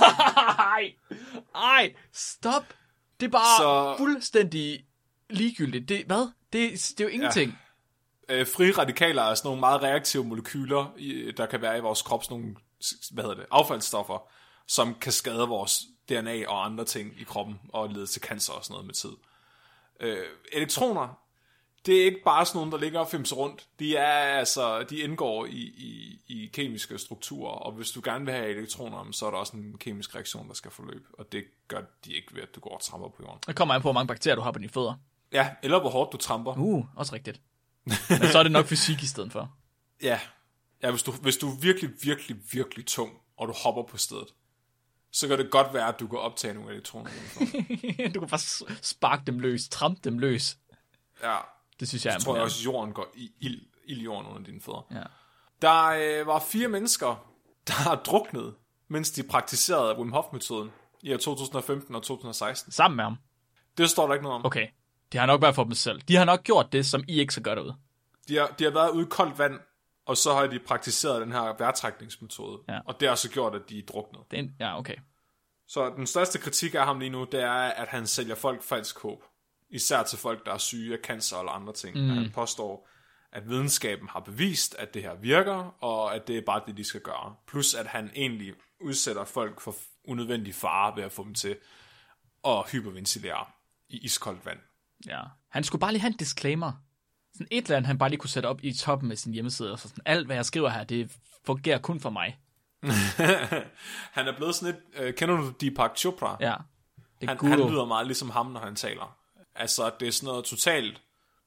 Ej, stop. Det er bare fuldstændig ligegyldigt. Hvad? Det er jo ingenting. Ja. Frie radikaler er sådan nogle meget reaktive molekyler, der kan være i vores krop, sådan nogle affaldsstoffer, som kan skade vores DNA og andre ting i kroppen, og lede til cancer og sådan noget med tid. Elektroner, det er ikke bare sådan nogle, der ligger og femser rundt. De indgår i kemiske strukturer, og hvis du gerne vil have elektroner, så er der også en kemisk reaktion, der skal forløbe, og det gør de ikke ved, at du går og tramper på jorden. Det kommer an på, hvor mange bakterier du har på dine fødder. Ja, eller hvor hårdt du tramper. Også rigtigt. Men så er det nok fysik i stedet for. Ja, hvis du er virkelig, virkelig, virkelig tung, og du hopper på stedet, så kan det godt være, at du kan optage nogle elektroner. Du kan bare sparke dem løs, trampe dem løs. Ja, det synes jeg så tror jeg også, at jorden går ild i jorden under dine fødder. Ja. Der var 4 mennesker, der har druknet, mens de praktiserede Wim Hof-metoden i 2015 og 2016. Sammen med ham? Det står der ikke noget om. Okay, det har nok været for dem selv. De har nok gjort det, som I ikke så gør derude. De har været ude i koldt vand, og så har de praktiseret den her vejrtrækningsmetode. Ja. Og det har så gjort, at de er druknet. Ja, okay. Så den største kritik af ham lige nu, det er, at han sælger folk falsk håb. Især til folk, der er syge af cancer eller andre ting. Han påstår, at videnskaben har bevist, at det her virker, og at det er bare det, de skal gøre. Plus, at han egentlig udsætter folk for unødvendig fare ved at få dem til at hyperventilere i iskoldt vand. Ja. Han skulle bare lige have en disclaimer. Sådan et eller andet, han bare lige kunne sætte op i toppen af sin hjemmeside. Og så sådan, alt, hvad jeg skriver her, det fungerer kun for mig. Han er blevet sådan et... kender du Deepak Chopra? Ja. Han lyder meget ligesom ham, når han taler. Altså, det er sådan noget totalt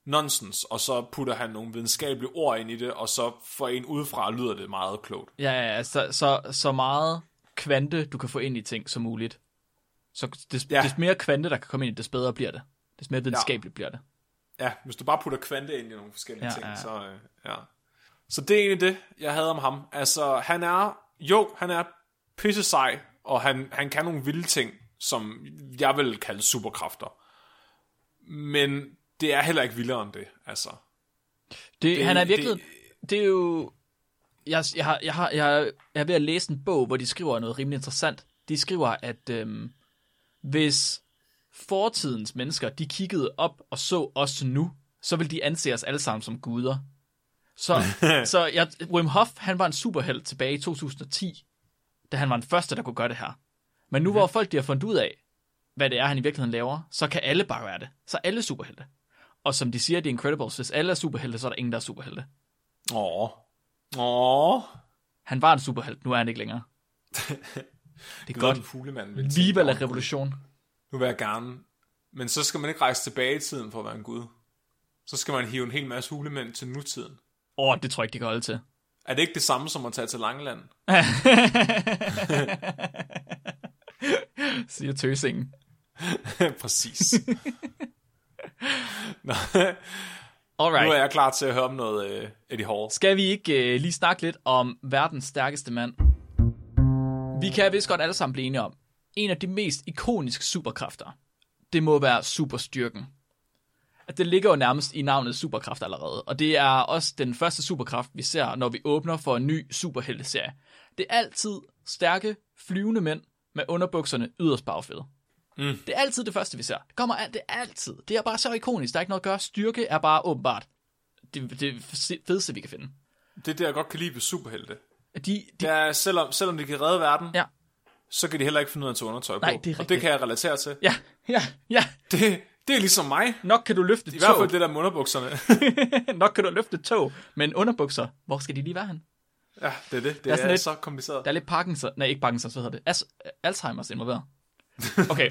nonsens, og så putter han nogle videnskabelige ord ind i det, og så for en udefra lyder det meget klogt. Ja, så meget kvante, du kan få ind i ting som muligt. Så des mere kvante, der kan komme ind i, des bedre bliver det. Des mere videnskabeligt bliver det. Ja, hvis du bare putter kvante ind i nogle forskellige ting, så ja. Så det er egentlig det, jeg havde om ham. Altså, han er pisse sej, og han kan nogle vilde ting, som jeg vil kalde superkræfter. Men det er heller ikke vildere end det, altså. Han er virkelig... Det er jo... Jeg er ved at læse en bog, hvor de skriver noget rimelig interessant. De skriver, at hvis fortidens mennesker, de kiggede op og så os nu, så vil de anse os alle sammen som guder. Wim Hof, han var en superhelt tilbage i 2010, da han var den første, der kunne gøre det her. Men nu hvor folk de har fundet ud af, hvad det er, han i virkeligheden laver, så kan alle bare være det. Så alle superhelte. Og som de siger, det er Incredibles, hvis alle er superhelte, så er der ingen, der er superhelte. Han var en superhelt, nu er han ikke længere. Det er godt. Viva la revolution. Nu vil jeg gerne. Men så skal man ikke rejse tilbage i tiden for at være en gud. Så skal man hive en hel masse hulemænd til nutiden. Det tror jeg ikke, de kan holde til. Er det ikke det samme som at tage til Langeland? Siger tøsingen. Præcis. Alright. Nu er jeg klar til at høre om noget Eddie Hall. Skal vi ikke lige snakke lidt om verdens stærkeste mand? Vi kan vist godt alle sammen blive enige om, en af de mest ikoniske superkræfter, det må være superstyrken. At det ligger jo nærmest i navnet superkraft allerede, og det er også den første superkraft, vi ser, når vi åbner for en ny superhelteserie. Det er altid stærke, flyvende mænd med underbukserne yderst bagfede. Det er altid det første, vi ser. Det er altid. Det er bare så ikonisk. Der er ikke noget at gøre. Styrke er bare åbenbart det fedeste, vi kan finde. Det er det, jeg godt kan lide ved superhelte. Det er, selvom de kan redde verden, så kan de heller ikke finde ud af at tage undertøj på. Og det kan jeg relatere til. Ja. Det er ligesom mig. Nok kan du løfte et tog. I hvert fald det der med underbukserne. Nok kan du løfte et tog, men underbukser, hvor skal de lige være hen? Ja, det er det. Det er så kompliceret. Der er lidt Parkinson. Nej, ikke Parkinson, hvad hedder det? Alzheimer's involveret. Okay.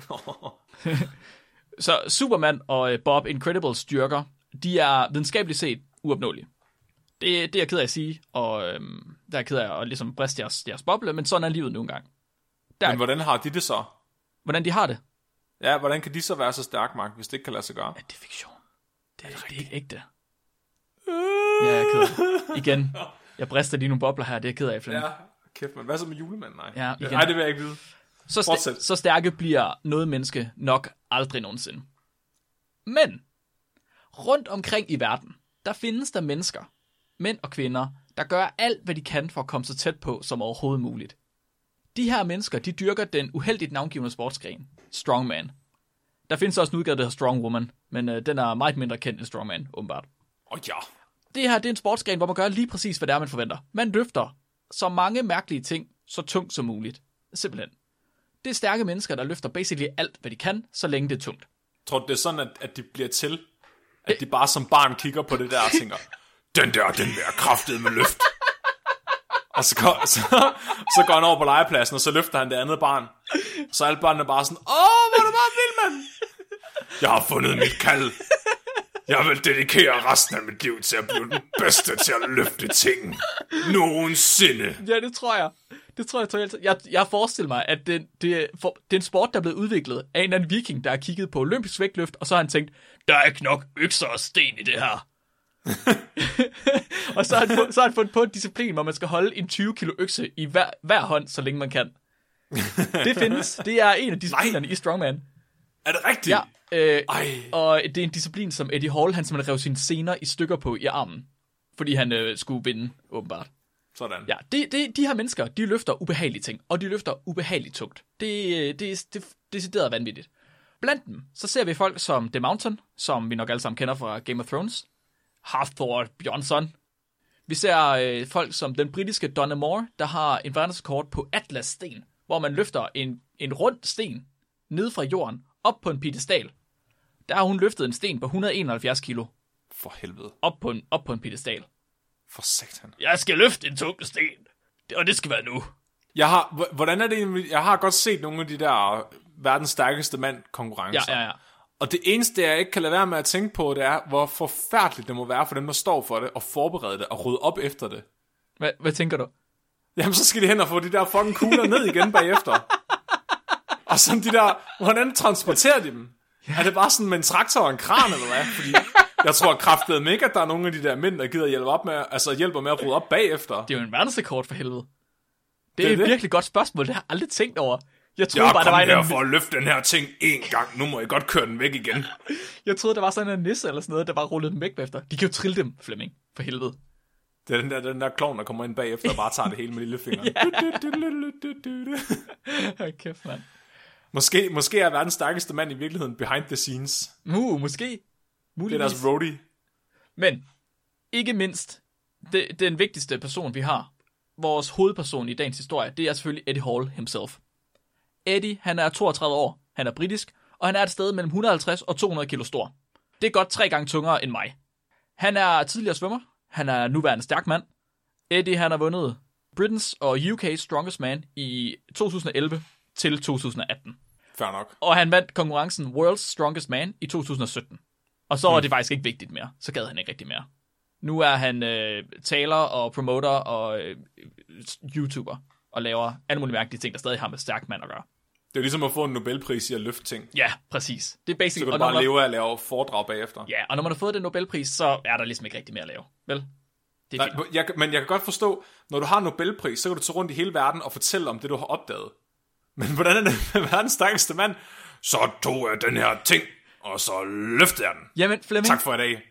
Så Superman og Bob Incredibles styrker, de er videnskabeligt set uopnåelige. Det er jeg ked af at sige, og der er jeg ked af at ligesom briste jeres boble, men sådan er livet nogle gange. Men hvordan har de det så? Hvordan de har det? Ja, hvordan kan de så være så stærke, Mark, hvis det ikke kan lade sig gøre? Ja, det er fiktion. Det er ikke ægte. Ja, jeg er ked af. Igen, jeg brister lige nogle bobler her, det er jeg ked af. Ja, kæft, men hvad så med julemanden? Nej, ja, nej, det vil jeg ikke vide. Så stærke bliver noget menneske nok aldrig nogensinde. Men rundt omkring i verden, der findes der mennesker, mænd og kvinder, der gør alt, hvad de kan for at komme så tæt på som overhovedet muligt. De her mennesker, de dyrker den uheldigt navngivende sportsgren, Strongman. Der findes også en udgave, der hedder Strong Woman, men den er meget mindre kendt end Strongman, åbenbart. Ja. Det her, det er en sportsgren, hvor man gør lige præcis, hvad det er, man forventer. Man løfter så mange mærkelige ting, så tungt som muligt. Simpelthen. Det er stærke mennesker, der løfter basically alt, hvad de kan, så længe det er tungt. Tror du, det er sådan, at de bliver til, at de bare som barn kigger på det der og tænker, den der kraftedeme løft. Og så går han over på legepladsen, og så løfter han det andet barn. Så alle børnene er bare sådan, hvor er du bare vild, mand. Jeg har fundet mit kald. Jeg vil dedikere resten af mit liv til at blive den bedste til at løfte ting nogensinde. Ja, det tror jeg. Jeg forestiller mig, at det er en sport, der er blevet udviklet af en eller anden viking, der har kigget på olympisk vægtløft, og så har han tænkt, der er ikke nok økser og sten i det her. Og så har han fundet på en disciplin, hvor man skal holde en 20 kilo økse i hver hånd, så længe man kan. Det findes. Det er en af disciplinerne i Strongman. Er det rigtigt? Ja. Og det er en disciplin, som Eddie Hall, han simpelthen rev sine sener i stykker på i armen. Fordi han skulle vinde, åbenbart. Sådan. Ja, de her mennesker, de løfter ubehagelige ting, og de løfter ubehageligt tungt. Det er decideret vanvittigt. Blandt dem, så ser vi folk som The Mountain, som vi nok alle sammen kender fra Game of Thrones. Hathor Bjornsson. Vi ser folk som den britiske Donna Moore, der har en verdensrekord på Atlas-sten, hvor man løfter en rund sten ned fra jorden op på en piedestal. Der har hun løftet en sten på 171 kilo. For helvede. Op på en piedestal. For satan. Jeg skal løfte en tung sten, og det skal være nu. Hvordan er det? Jeg har godt set nogle af de der verdens stærkeste mand konkurrencer. Ja. Og det eneste, jeg ikke kan lade være med at tænke på, det er, hvor forfærdeligt det må være for dem, der står for det, og forberede det, og rydde op efter det. Hvad tænker du? Jamen, så skal de hen og få de der fucking kugler ned igen bagefter. Og sådan de der, hvordan transporterer de dem? Ja. Er det bare sådan med en traktor og en kran, eller hvad? Fordi jeg tror kraftedeme ikke, at der er nogen af de der mænd, der gider hjælper med at rydde op bagefter. Det er jo en verdensrekord for helvede. Det er et virkelig godt spørgsmål, det har jeg aldrig tænkt over. Jeg troede bare, der var her for at løfte den her ting en gang. Nu må jeg godt køre den væk igen. Jeg troede, der var sådan en nisse eller sådan noget, der bare rullede dem væk bagefter. De kan jo trille dem, Flemming, for helvede. Det er den der klovn, der kommer ind bagefter og bare tager det hele med lillefinger. Kæft, mand. Måske er verdens stærkeste mand i virkeligheden behind the scenes. Måske. Det er deres roadie. Men, ikke mindst, den vigtigste person, vi har, vores hovedperson i dagens historie, det er selvfølgelig Eddie Hall himself. Eddie, han er 32 år, han er britisk, og han er et sted mellem 150 og 200 kilo stor. Det er godt 3 gange tungere end mig. Han er tidligere svømmer, han er nuværende stærk mand. Eddie, han har vundet Britain's og UK's Strongest Man i 2011 til 2018. Fair nok. Og han vandt konkurrencen World's Strongest Man i 2017. Og så er det faktisk ikke vigtigt mere. Så gad han ikke rigtig mere. Nu er han taler og promoter og YouTuber og laver alle mulige mærkelige ting, der stadig har med stærk mand at gøre. Det er ligesom at få en Nobelpris i at løfte ting. Ja, præcis. Det er basic. Så kan du bare leve af at lave foredrag bagefter. Ja, og når man har fået den Nobelpris, så er der ligesom ikke rigtig mere at lave. Vel? Det er men jeg kan godt forstå, når du har en Nobelpris, så kan du tage rundt i hele verden og fortælle om det, du har opdaget. Men hvordan er det med verdens stærkeste mand? Så tog jeg den her ting, og så løftede jeg den. Jamen, Flemming. Tak for i dag.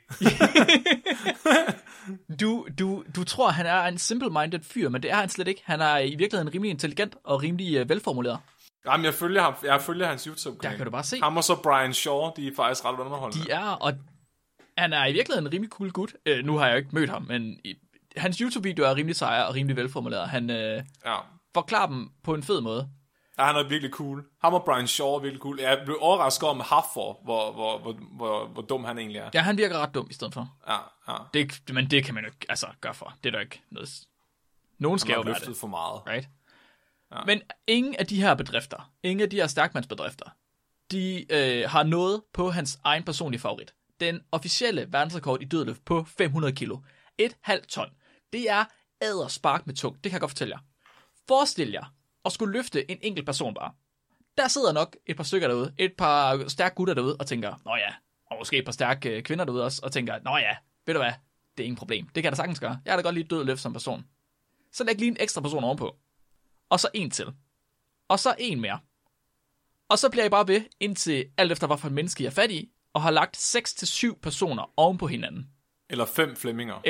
Du tror, han er en simple-minded fyr, men det er han slet ikke. Han er i virkeligheden rimelig intelligent og rimelig velformuleret. Jamen, jeg følger hans YouTube-kanal. Der kan du bare se. Ham og så Brian Shaw, de er faktisk ret underholdende. De er, og han er i virkeligheden en rimelig cool gut. Nu har jeg jo ikke mødt ham, men hans YouTube-video er rimelig sejr og rimelig velformuleret. Han forklarer dem på en fed måde. Ja, han er virkelig cool. Ham og Brian Shaw er virkelig cool. Jeg blev overrasket over med Haffor, hvor dum han egentlig er. Ja, han virker ret dum i stedet for. Ja. Men det kan man jo ikke gøre for. Det er der ikke noget. Nogen skal jo være det. For meget. Right? Ja. Men ingen af de her bedrifter, ingen af de her stærkmandsbedrifter, de har noget på hans egen personlige favorit. Den officielle verdensrekord i dødløft på 500 kilo. 1,5 ton. Det er æderspark med tung. Det kan jeg godt fortælle jer. Forestil jer at skulle løfte en enkelt person bare. Der sidder nok et par stykker derude, et par stærke gutter derude, og tænker, nå ja, og måske et par stærke kvinder derude også, og tænker, nå ja, ved du hvad, det er ingen problem. Det kan jeg da sagtens gøre. Jeg har da godt lige dødløft som person. Så læg lige en ekstra person ovenpå. Og så en til. Og så en mere. Og så bliver I bare ved, indtil alt efter, hvad for en menneske I er fat i, og har lagt 6-7 personer ovenpå hinanden. Eller 5 Flemminger.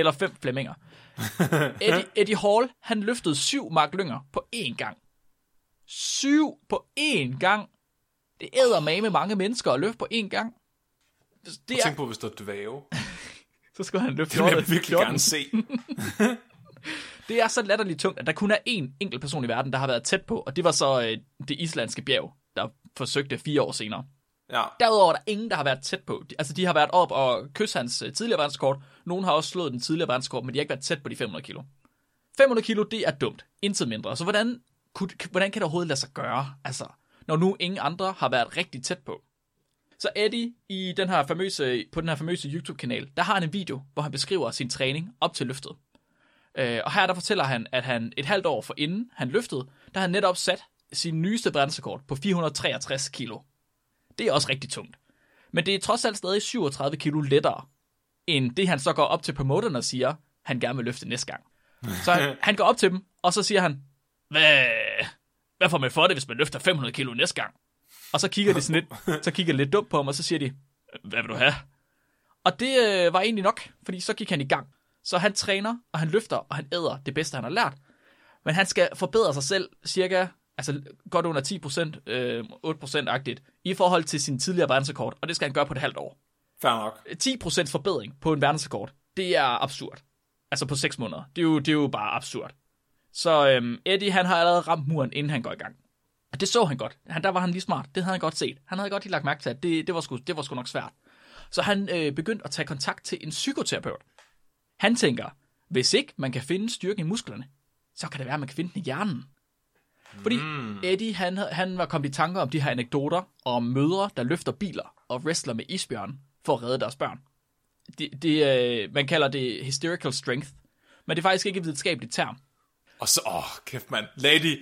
Eddie Hall, han løftede 7 Mark Lynger på én gang. 7 på én gang. Det æder med mange mennesker at løfte på én gang. Tænk på, hvis der er dvæve. Så skal han løfte 14. Det vil jeg virkelig gerne se. Det er så latterligt tungt, at der kun er én enkelt person i verden, der har været tæt på, og det var så det islandske bjerg, der forsøgte 4 år senere. Ja. Derudover er der ingen, der har været tæt på. Altså, de har været op og kysse hans tidligere verdenskort. Nogen har også slået den tidligere verdenskort, men de har ikke været tæt på de 500 kilo. 500 kilo, det er dumt. Intet mindre. Så hvordan kan det overhovedet lade sig gøre? Altså, når nu ingen andre har været rigtig tæt på. Så Eddie på den her famøse YouTube-kanal, der har han en video, hvor han beskriver sin træning op til løftet. Og her der fortæller han, at han et halvt år forinden han løftede, der har han netop sat sin nyeste verdensrekord på 463 kilo. Det er også rigtig tungt. Men det er trods alt stadig 37 kilo lettere, end det han så går op til promoterne og siger, han gerne vil løfte næste gang. Så han går op til dem, og så siger han, hvad får man for det, hvis man løfter 500 kilo næste gang? Og så kigger de sådan lidt dumt på ham, og så siger de, hvad vil du have? Og det var egentlig nok, fordi så gik han i gang. Så han træner, og han løfter, og han æder det bedste, han har lært. Men han skal forbedre sig selv cirka, altså godt under 10%, 8%-agtigt, i forhold til sin tidligere verdensrekord, og det skal han gøre på et halvt år. Fair nok. 10% forbedring på en verdensrekord, det er absurd. Altså på 6 måneder. Det er jo bare absurd. Så Eddie, han har allerede ramt muren, inden han går i gang. Og det så han godt. Der var han lige smart. Det havde han godt set. Han havde godt lige lagt mærke til, at det var sgu nok svært. Så han begyndte at tage kontakt til en psykoterapeut. Han tænker, hvis ikke man kan finde styrken i musklerne, så kan det være, at man kan finde den i hjernen. Fordi Eddie, han var kommet i tanker om de her anekdoter om mødre, der løfter biler og wrestler med isbjørn for at redde deres børn. Man kalder det hysterical strength, men det er faktisk ikke et videnskabeligt term. Og så, kæft mand,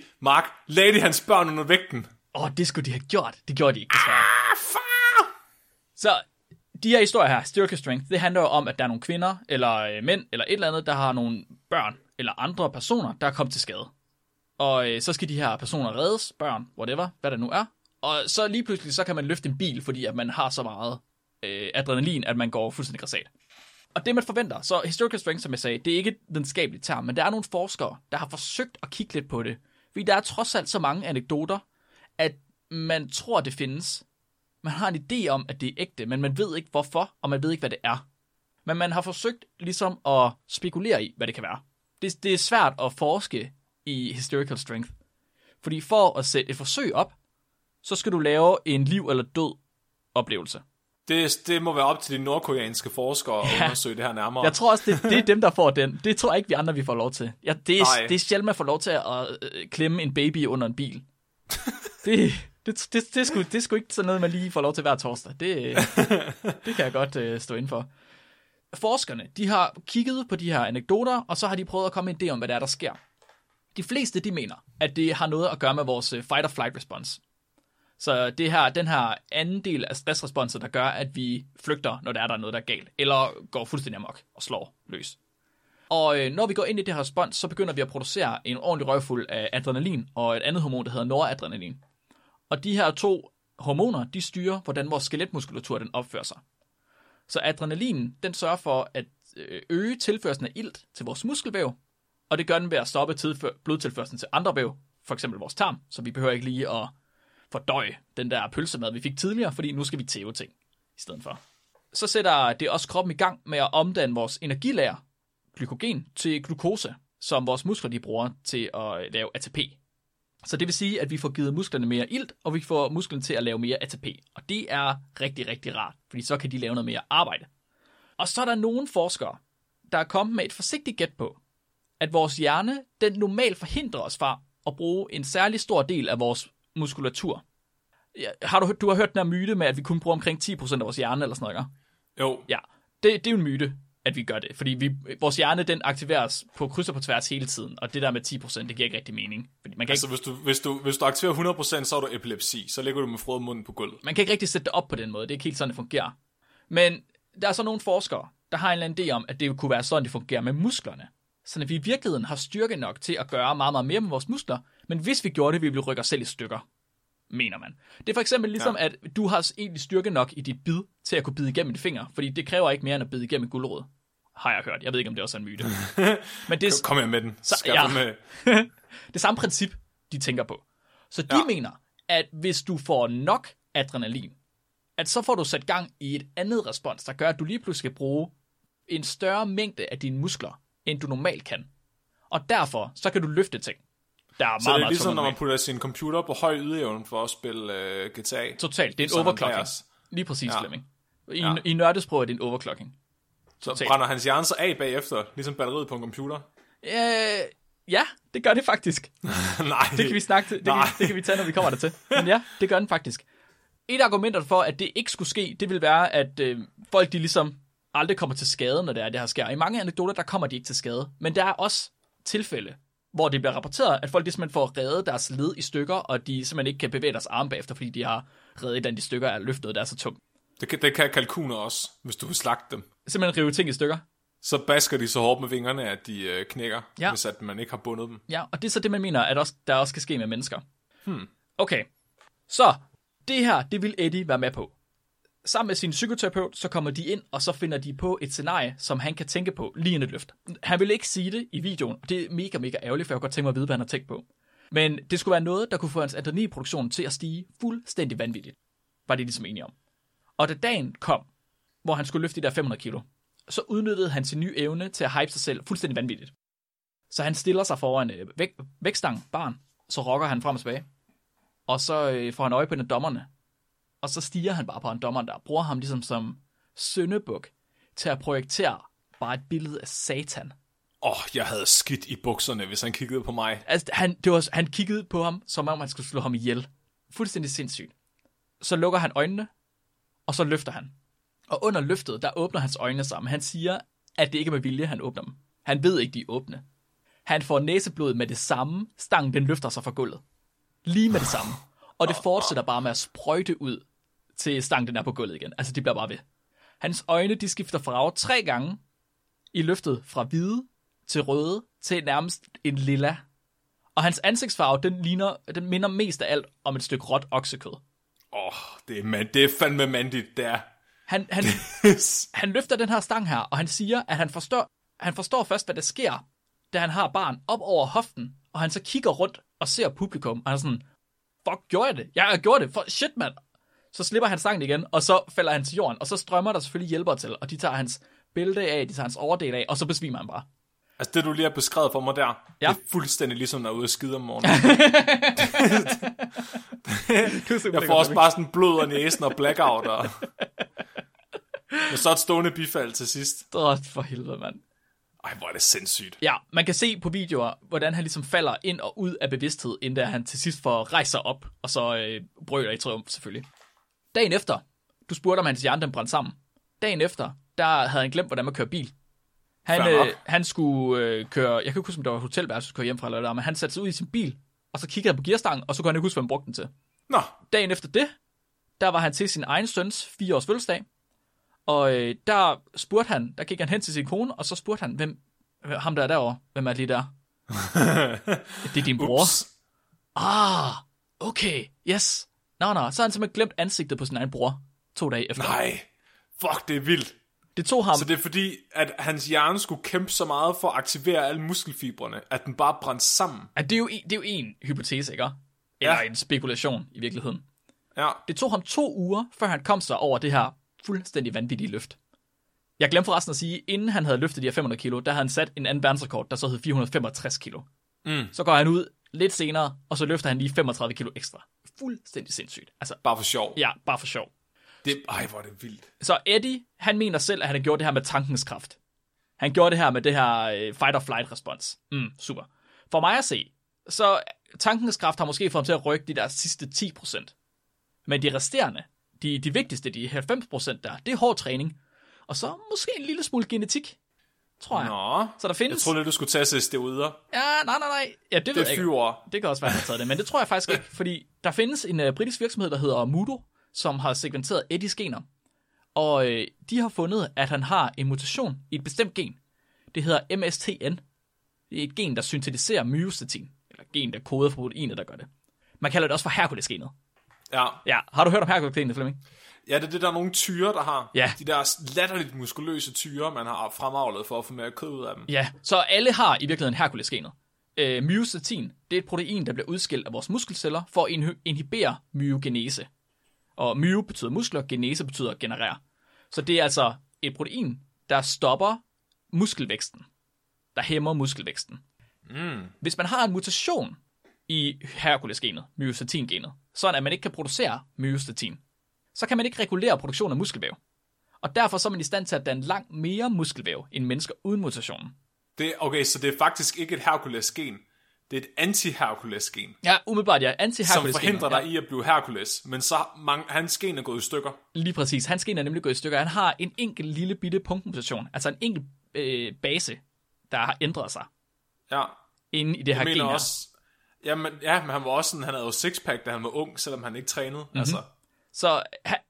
Lady hans børn under vægten. Det skulle de have gjort. Det gjorde de ikke, desværre. Far! Så de her historier her, hysterical strength, det handler jo om, at der er nogle kvinder, eller mænd, eller et eller andet, der har nogle børn, eller andre personer, der er kommet til skade. Og så skal de her personer reddes, børn, whatever, hvad det nu er. Og så lige pludselig, så kan man løfte en bil, fordi at man har så meget adrenalin, at man går fuldstændig grassat. Og det man forventer, så hysterical strength, som jeg sagde, det er ikke et videnskabeligt term, men der er nogle forskere, der har forsøgt at kigge lidt på det. Fordi der er trods alt så mange anekdoter, at man tror, det findes. Man har en idé om, at det er ægte, men man ved ikke hvorfor, og man ved ikke, hvad det er. Men man har forsøgt ligesom at spekulere i, hvad det kan være. Det er svært at forske i hysterical strength. Fordi for at sætte et forsøg op, så skal du lave en liv eller død oplevelse. Det må være op til de nordkoreanske forskere at undersøge det her nærmere. Jeg tror også, det er dem, der får den. Det tror jeg ikke, vi andre vi får lov til. Det er sjældent, man får lov til at klemme en baby under en bil. Det er sgu ikke sådan noget, man lige får lov til hver torsdag. Det kan jeg godt stå inden for. Forskerne, de har kigget på de her anekdoter, og så har de prøvet at komme med en idé om, hvad der sker. De fleste, de mener, at det har noget at gøre med vores fight-or-flight response. Så den her anden del af stressresponser, der gør, at vi flygter, når der er noget, der er galt, eller går fuldstændig amok og slår løs. Og når vi går ind i det her respons, så begynder vi at producere en ordentlig røvfuld af adrenalin og et andet hormon, der hedder noradrenalin. Og de her to hormoner, de styrer, hvordan vores skeletmuskulatur den opfører sig. Så adrenalin, den sørger for at øge tilførslen af ilt til vores muskelvæv, og det gør den ved at stoppe blodtilførslen til andre væv, for eksempel vores tarm, så vi behøver ikke lige at fordøje den der pølsemad, vi fik tidligere, fordi nu skal vi tæve ting i stedet for. Så sætter det også kroppen i gang med at omdanne vores energilager, glykogen, til glukose, som vores muskler de bruger til at lave ATP. Så det vil sige, at vi får givet musklerne mere ilt, og vi får musklerne til at lave mere ATP. Og det er rigtig, rigtig rart, fordi så kan de lave noget mere arbejde. Og så er der nogle forskere, der er kommet med et forsigtigt gæt på, at vores hjerne, den normalt forhindrer os fra at bruge en særlig stor del af vores muskulatur. Du har hørt den her myte med, at vi kun bruger omkring 10% af vores hjerne, eller sådan noget, ikke? Jo. Ja, det er jo en myte, at vi gør det, fordi vores hjerne, den aktiveres på kryds og på tværs hele tiden, og det der med 10%, det giver ikke rigtig mening. Fordi man kan altså, hvis du aktiverer 100%, så er du epilepsi, så ligger du med frøet munden på gulvet. Man kan ikke rigtig sætte det op på den måde, det er ikke helt sådan, det fungerer. Men der er så nogle forskere, der har en eller anden idé om, at det kunne være sådan, det fungerer med musklerne. Så vi i virkeligheden har styrke nok til at gøre meget, meget mere med vores muskler, men hvis vi gjorde det, ville vi rykke os selv i stykker, mener man. Det er for eksempel ligesom, at du har egentlig styrke nok i dit bid til at kunne bide igennem dine fingre, fordi det kræver ikke mere end at bide igennem gulerod. Har jeg hørt. Jeg ved ikke, om det også er en myte. Men det, kom med den. Med. Det samme princip, de tænker på. Så de mener, at hvis du får nok adrenalin, at så får du sat gang i et andet respons, der gør, at du lige pludselig skal bruge en større mængde af dine muskler, end du normalt kan. Og derfor, så kan du løfte ting. Der er så meget, det er ligesom, når man normalt. putter sin computer på høj ydeevne for at spille GTA. Totalt. Det er en overclocking. Lige præcis, Flemming. I nørdesprog er det en overclocking. Så brænder hans hjerne så af bagefter, ligesom batteriet på en computer? Ja, det gør det faktisk. Nej. Det kan vi snakke til. Det kan vi tage, når vi kommer dertil. Men ja, det gør den faktisk. Et argument for, at det ikke skulle ske, det vil være, at folk de ligesom aldrig kommer til skade, når det her sker. I mange anekdoter, der kommer de ikke til skade. Men der er også tilfælde, hvor det bliver rapporteret, at folk de simpelthen får revet deres led i stykker, og de simpelthen ikke kan bevæge deres arme bagefter, fordi de har revet den de stykker af løftet, der er så tungt. Det kan kalkuner også, hvis du vil slagte dem. Simpelthen rive ting i stykker. Så basker de så hårdt med vingerne, at de knækker, hvis at man ikke har bundet dem. Ja, og det er så det, man mener, at der også skal ske med mennesker. Okay, så det her, det vil Eddie være med på. Sammen med sin psykoterapeut, så kommer de ind, og så finder de på et scenarie, som han kan tænke på lige inden et løft. Han vil ikke sige det i videoen, og det er mega, mega ærgerligt, for jeg kunne godt tænke mig at vide, hvad han har tænkt på. Men det skulle være noget, der kunne få hans adrenalinproduktion til at stige fuldstændig vanvittigt. Var det ligesom enige om. Og da dagen kom, hvor han skulle løfte de der 500 kilo, så udnyttede han sin nye evne til at hype sig selv fuldstændig vanvittigt. Så han stiller sig foran vægtstang, barn, så rocker han frem og tilbage. Og så får han øje på en af dommerne. Og så stiger han bare på en dommer, der bruger ham ligesom som syndebuk til at projektere bare et billede af Satan Jeg havde skidt i bukserne, hvis han kiggede på mig. Altså, han kiggede på ham, som om man skulle slå ham ihjel. Fuldstændig sindssygt. Så lukker han øjnene, og så løfter han. Og under løftet, der åbner hans øjne sammen. Han siger, at det ikke er med vilje, han åbner dem. Han ved ikke, de er åbne. Han får næseblod med det samme. Stangen, den løfter sig fra gulvet. Lige med det samme. Og det fortsætter bare med at sprøjte ud, til stangen den er på gulvet igen. Altså, de bliver bare ved. Hans øjne, de skifter farve 3 gange i løftet fra hvide til røde til nærmest en lilla. Og hans ansigtsfarve, den minder mest af alt om et stykke råt oksekød. Det er fandme mandigt, det er. Han løfter den her stang her, og han siger, at han forstår først, hvad der sker, da han har barn op over hoften, og han så kigger rundt og ser publikum, og han er sådan, fuck, gjorde jeg det? Jeg gjorde det, shit mand. Så slipper han stangen igen, og så falder han til jorden, og så strømmer der selvfølgelig hjælpere til, og de tager hans bælte af, de tager hans overdel af, og så besvimer han bare. Altså det, du lige har beskrevet for mig der, ja. Det er fuldstændig ligesom, når jeg er ude at skide om morgenen. Jeg får også bare sådan blod og næsen og blackout, og med så et stående bifald til sidst. For helvede, mand. Ej, hvor er det sindssygt. Ja, man kan se på videoer, hvordan han ligesom falder ind og ud af bevidsthed, inden han til sidst får rejst sig op, og så brøler i triumf selvfølgelig. Dagen efter, du spurgte om hans hjerne, den brændte sammen. Dagen efter, der havde han glemt, hvordan man kører bil. Han skulle køre, jeg kan ikke huske, om der var hotelværelse, skulle køre hjem fra eller der, men han satte sig ud i sin bil, og så kiggede han på gearstangen, og så kunne han ikke huske, hvad han brugte den til. Nå. Dagen efter det, der var han til sin egen søns 4-års fødselsdag, og der gik han hen til sin kone, og så spurgte han, ham der er derovre, hvem er det lige der? Det er din bror. Okay, yes. Nå, så har han simpelthen glemt ansigtet på sin egen bror 2 dage efter. Nej, fuck, det er vildt. Det tog ham. Så det er fordi, at hans hjerne skulle kæmpe så meget for at aktivere alle muskelfibrene, at den bare brændte sammen. Ja, det er jo en hypotese, ikke? Eller en spekulation i virkeligheden. Ja. Det tog ham 2 uger, før han kom sig over det her fuldstændig vanvittige løft. Jeg glemte forresten at sige, inden han havde løftet de her 500 kilo, der havde han sat en anden verdensrekord, der så hed 465 kilo. Så går han ud lidt senere, og så løfter han lige 35 kilo ekstra. Fuldstændig sindssygt. Altså, bare for sjov. Ja, bare for sjov. Ej, hvor er det vildt. Så Eddie, han mener selv, at han har gjort det her med tankens kraft. Han gjorde det her med det her fight-or-flight-respons. Super. For mig at se, så tankens kraft har måske fået ham til at rykke de der sidste 10%. Men de resterende, de vigtigste, de 90% der, det er hård træning. Og så måske en lille smule genetik, tror jeg. Nå, så der findes... jeg troede, du skulle tage sig steroider. Ja, nej. Ja, det ved jeg ikke. Det kan også være, at jeg har taget det, men det tror jeg faktisk ikke. Fordi der findes en britisk virksomhed, der hedder Mudo, som har sekventeret Eddies gener. Og de har fundet, at han har en mutation i et bestemt gen. Det hedder MSTN. Det er et gen, der syntetiserer myostatin. Eller gen, der koder for proteinet, der gør det. Man kalder det også for Hercules-genet. Ja. Har du hørt om Hercules-genet, Flemming? Ja, det er der er nogle tyre, der har. Ja. De der latterligt muskuløse tyre, man har fremavlet for at få mere kød ud af dem. Ja, så alle har i virkeligheden Hercules-genet. Myostatin, det er et protein, der bliver udskilt af vores muskelceller for at inhibere myogenese. Og myo betyder muskler, genese betyder generere. Så det er altså et protein, der stopper muskelvæksten. Der hæmmer muskelvæksten. Hvis man har en mutation i Hercules-genet, myostatin-genet, sådan at man ikke kan producere myostatin, så kan man ikke regulere produktionen af muskelvæv. Og derfor så er man i stand til at danne langt mere muskelvæv end mennesker uden mutationen. Okay, så det er faktisk ikke et Hercules-gen. Det er et anti-Hercules-gen. Ja, umiddelbart ja. Anti-Hercules-gen. Som forhindrer dig i at blive Hercules. Men så hans gen er gået i stykker. Lige præcis. Hans gen er nemlig gået i stykker. Han har en enkelt lille bitte punktmutation. Altså en enkelt base, der har ændret sig. Ja. Inde i det her gen her. Også, men han var også sådan, han havde jo sixpack, da han var ung, selvom han ikke trænede. Altså. Så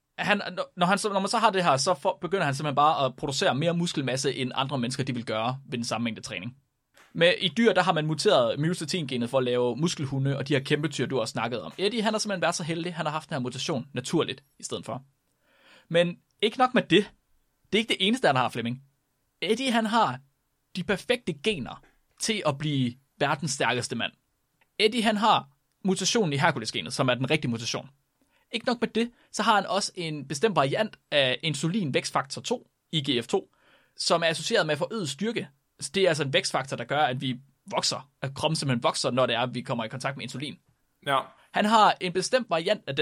når man så har det her, så begynder han simpelthen bare at producere mere muskelmasse, end andre mennesker de vil gøre ved den samme mængde træning. Men i dyr, der har man muteret myostatin-genet for at lave muskelhunde, og de her kæmpe tyr, du har snakket om. Eddie, han har simpelthen været så heldig, han har haft den her mutation naturligt i stedet for. Men ikke nok med det. Det er ikke det eneste, han har, Flemming. Eddie, han har de perfekte gener til at blive verdens stærkeste mand. Eddie, han har mutationen i Hercules-genet, som er den rigtige mutation. Ikke nok med det, så har han også en bestemt variant af insulin vækstfaktor 2, IGF-2, som er associeret med forøget styrke. Så det er altså en vækstfaktor, der gør, at vi vokser, at kroppen simpelthen vokser, når det er, at vi kommer i kontakt med insulin. Ja. Han har en bestemt variant af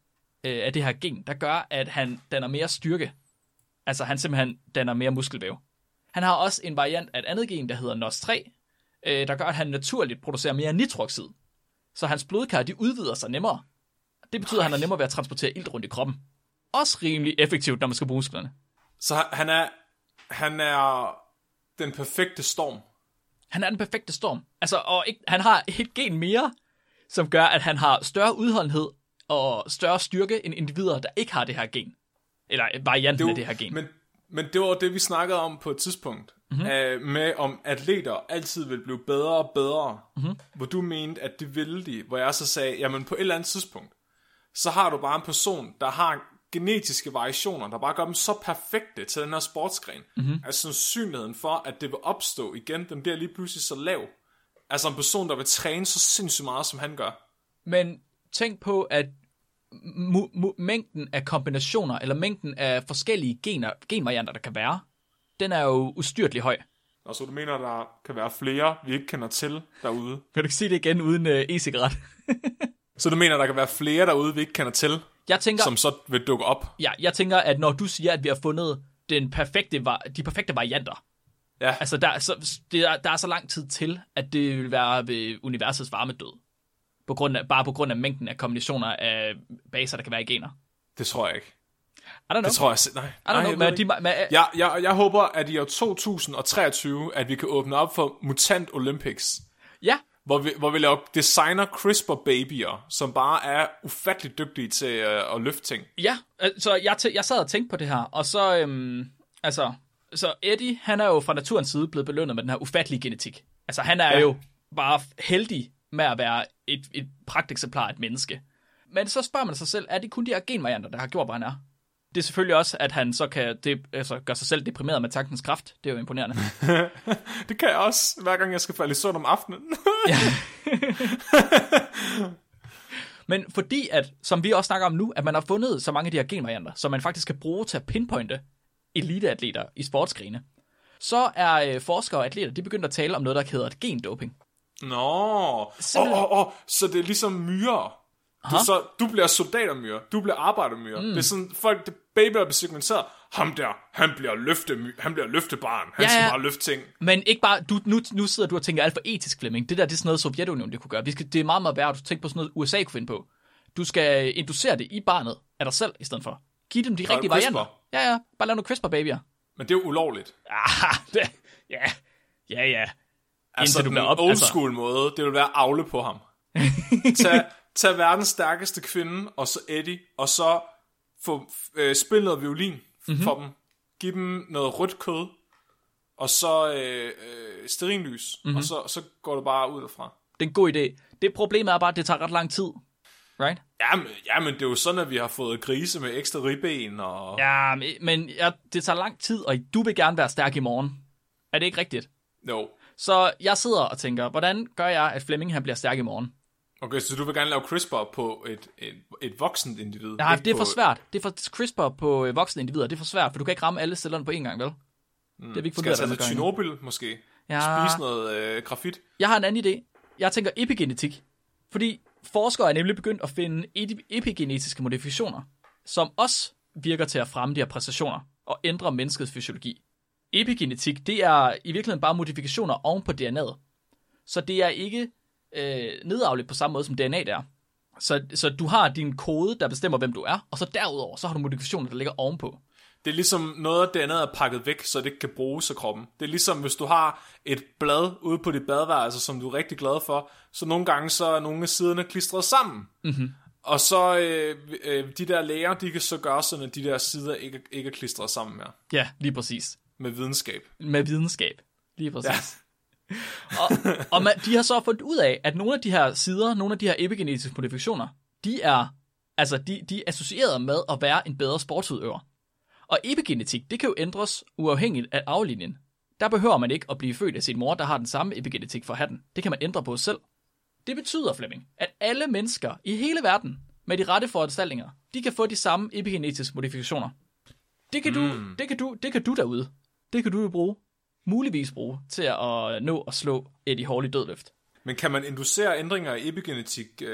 af det her gen, der gør, at han danner mere styrke. Altså han simpelthen danner mere muskelvæv. Han har også en variant af et andet gen, der hedder NOS3, der gør, at han naturligt producerer mere nitrooxid. Så hans blodkar, de udvider sig nemmere. Det betyder, at han er nemmere ved at transportere ilt rundt i kroppen. Også rimelig effektivt, når man skal bruge musklerne. Så han er den perfekte storm. Han er den perfekte storm. Altså, og han har et gen mere, som gør, at han har større udholdenhed og større styrke end individer, der ikke har det her gen. Eller varianten af det her gen. Men det var det, vi snakkede om på et tidspunkt. Med om atleter altid vil blive bedre og bedre. Hvor du mente, at det ville de. Hvor jeg så sagde, jamen på et eller andet tidspunkt, så har du bare en person, der har genetiske variationer, der bare gør dem så perfekte til den her sportsgren. Altså sandsynligheden for, at det vil opstå igen, den bliver lige pludselig så lav. Altså en person, der vil træne så sindssygt meget, som han gør. Men tænk på, at mængden af kombinationer, eller mængden af forskellige genvarianter, der kan være, den er jo ustyrtelig høj. Og så du mener, der kan være flere, vi ikke kender til derude? Kan du ikke sige det igen uden e-cigaret? Så du mener, der kan være flere derude, vi ikke kender til, som så vil dukke op? Ja, jeg tænker, at når du siger, at vi har fundet de perfekte varianter, ja. Altså der er så lang tid til, at det vil være ved universets varmedød. Bare på grund af mængden af kombinationer af baser, der kan være i gener. Det tror jeg ikke. I don't know. Det tror jeg jeg håber, at i år 2023, at vi kan åbne op for Mutant Olympics. Ja. Hvor vi laver designer CRISPR-babyer, som bare er ufatteligt dygtige til at løfte ting. Ja, så jeg sad og tænkte på det her, og så, så Eddie, han er jo fra naturens side blevet belønnet med den her ufattelige genetik. Altså, han er jo bare heldig med at være et pragteksemplar af et menneske. Men så spørger man sig selv, er det kun de her genvarianter, der har gjort, hvor han er? Det er selvfølgelig også, at han så kan gøre sig selv deprimeret med tankens kraft. Det er jo imponerende. Det kan jeg også, hver gang jeg skal falde i søvn om aftenen. Ja. Men fordi, at, som vi også snakker om nu, at man har fundet så mange af de her genvarianter, som man faktisk kan bruge til at pinpointe eliteatleter i sportsgrene, så er forskere og atleter, de begynder at tale om noget, der hedder gendoping. Nå, så det er ligesom myrer. Du bliver soldatermyre, du bliver arbejdermyre. Det er sådan, folk, babyer bliver segmenteret. Ham der, han bliver løftebarn. Han skal bare løfte ting. Men ikke bare, nu sidder du og tænker alt for etisk, Flemming. Det er sådan noget, Sovjetunionen det kunne gøre. Det er meget, meget værd, at du tænker på sådan noget, USA kunne finde på. Du skal inducere det i barnet af dig selv, i stedet for. Giv dem de rigtige varianter. Ja, bare lave nogle CRISPR-babyer. Men det er jo ulovligt. Ja. Altså, den old school måde, det vil være at avle på ham. Tag verdens stærkeste kvinde, og så Eddie, og så få spille noget violin for dem. Giv dem noget rødt kød, og så stearinlys, og så går det bare ud derfra. Det er en god idé. Det problemet er bare, at det tager ret lang tid. Right? Jamen, det er jo sådan, at vi har fået grise med ekstra ribben. Og... Ja, men det tager lang tid, og du vil gerne være stærk i morgen. Er det ikke rigtigt? Jo. Så jeg sidder og tænker, hvordan gør jeg, at Flemming han bliver stærk i morgen? Okay, så du vil gerne lave CRISPR på et voksent individ? Nej, det er for svært. Det er for CRISPR på voksne individer. Det er for svært, for du kan ikke ramme alle cellerne på en gang, vel? Det har vi ikke fundet, skal jeg tage Chernobyl, måske? Ja. Spise noget grafit? Jeg har en anden idé. Jeg tænker epigenetik. Fordi forskere er nemlig begyndt at finde epigenetiske modifikationer, som også virker til at fremme de her præstationer og ændre menneskets fysiologi. Epigenetik, det er i virkeligheden bare modifikationer oven på DNA'et. Så det er ikke nedavlet på samme måde som DNA der. Så du har din kode, der bestemmer, hvem du er, og så derudover, så har du modifikationer, der ligger ovenpå. Det er ligesom noget af DNA'et er pakket væk, så det ikke kan bruges af kroppen. Det er ligesom, hvis du har et blad ude på dit badeværelse, som du er rigtig glad for, så nogle gange så er nogle af siderne klistret sammen. Og så de der læger, de kan så gøre sådan, at de der sider ikke er klistret sammen mere. Ja, lige præcis. Med videnskab. Med videnskab, lige præcis. Ja. og de har så fundet ud af, at nogle af de her sider, nogle af de her epigenetiske modifikationer, de er associeret med at være en bedre sportsudøver. Og epigenetik, det kan jo ændres uafhængigt af arvelinjen. Der behøver man ikke at blive født af sin mor, der har den samme epigenetik for hatten. Det kan man ændre på selv. Det betyder, Flemming, at alle mennesker i hele verden med de rette foranstaltninger, de kan få de samme epigenetiske modifikationer. Det kan du derude. Det kan du jo muligvis bruge til at nå at slå Eddie Hall i dødløft. Men kan man inducere ændringer i epigenetik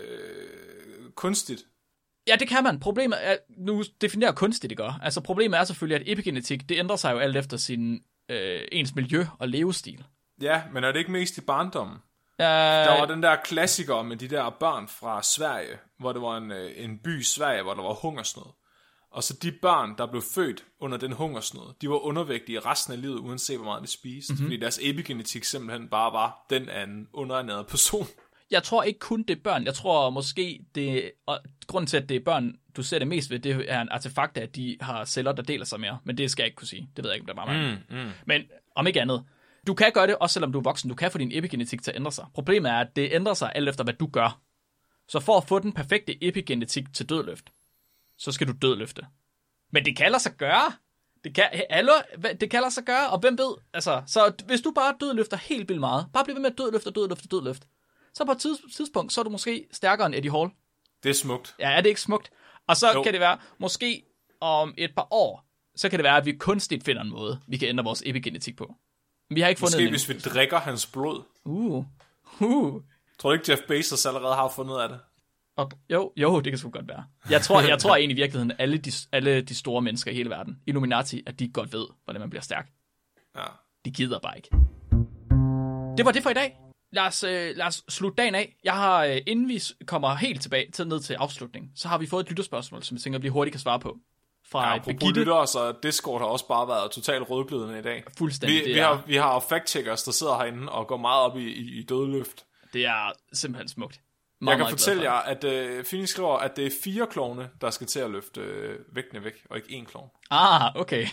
kunstigt? Ja, det kan man. Problemet er, nu definerer kunstigt det gør. Altså problemet er selvfølgelig, at epigenetik, det ændrer sig jo alt efter sin ens miljø og levestil. Ja, men er det ikke mest i barndommen? Der Der var den der klassiker med de der børn fra Sverige, hvor det var en by i Sverige, hvor der var hungersnød. Og så de børn, der blev født under den hungersnød, de var undervægtige resten af livet, uanset hvor meget de spiste. Fordi deres epigenetik simpelthen bare var den af en underernæret person. Jeg tror ikke kun det er børn. Jeg tror måske, og grunden til, at det er børn, du ser det mest ved, det er en artefakt af, at de har celler, der deler sig mere. Men det skal jeg ikke kunne sige. Det ved jeg ikke, om der er mange. Men om ikke andet. Du kan gøre det, også selvom du er voksen. Du kan få din epigenetik til at ændre sig. Problemet er, at det ændrer sig alt efter, hvad du gør. Så for at få den perfekte epigenetik til dødløft, så skal du dødløfte. Men det kan lade sig gøre. Det kan lade sig gøre, og hvem ved? Altså, så hvis du bare dødløfter helt vildt meget, bare bliver ved med at dødløfte, så på et tidspunkt, så er du måske stærkere end Eddie Hall. Det er smukt. Ja, er det ikke smukt? Og så kan det være, måske om et par år, så kan det være, at vi kunstigt finder en måde, vi kan ændre vores epigenetik på. Vi har ikke fundet måske hvis vi drikker hans blod. Tror du ikke, Jeff Bezos allerede har fundet ud af det? Jo, det kan sgu godt være. Jeg tror egentlig i virkeligheden, alle de store mennesker i hele verden, Illuminati, at de godt ved, hvordan man bliver stærk. Ja. De gider bare ikke. Det var det for i dag. Lad os slutte dagen af. Jeg har, inden vi kommer helt tilbage ned til afslutningen, så har vi fået et lytterspørgsmål, som jeg tænker, vi hurtigt kan svare på. Fra Apropos lytter, så Discord har også bare været totalt rødglødende i dag. Fuldstændig. Vi har fact-checkers, der sidder herinde og går meget op i dødløft. Det er simpelthen smukt. Jeg kan fortælle jer, at Fini skriver, at det er 4 klovne, der skal til at løfte vægtene væk, og ikke 1 klovn. Okay.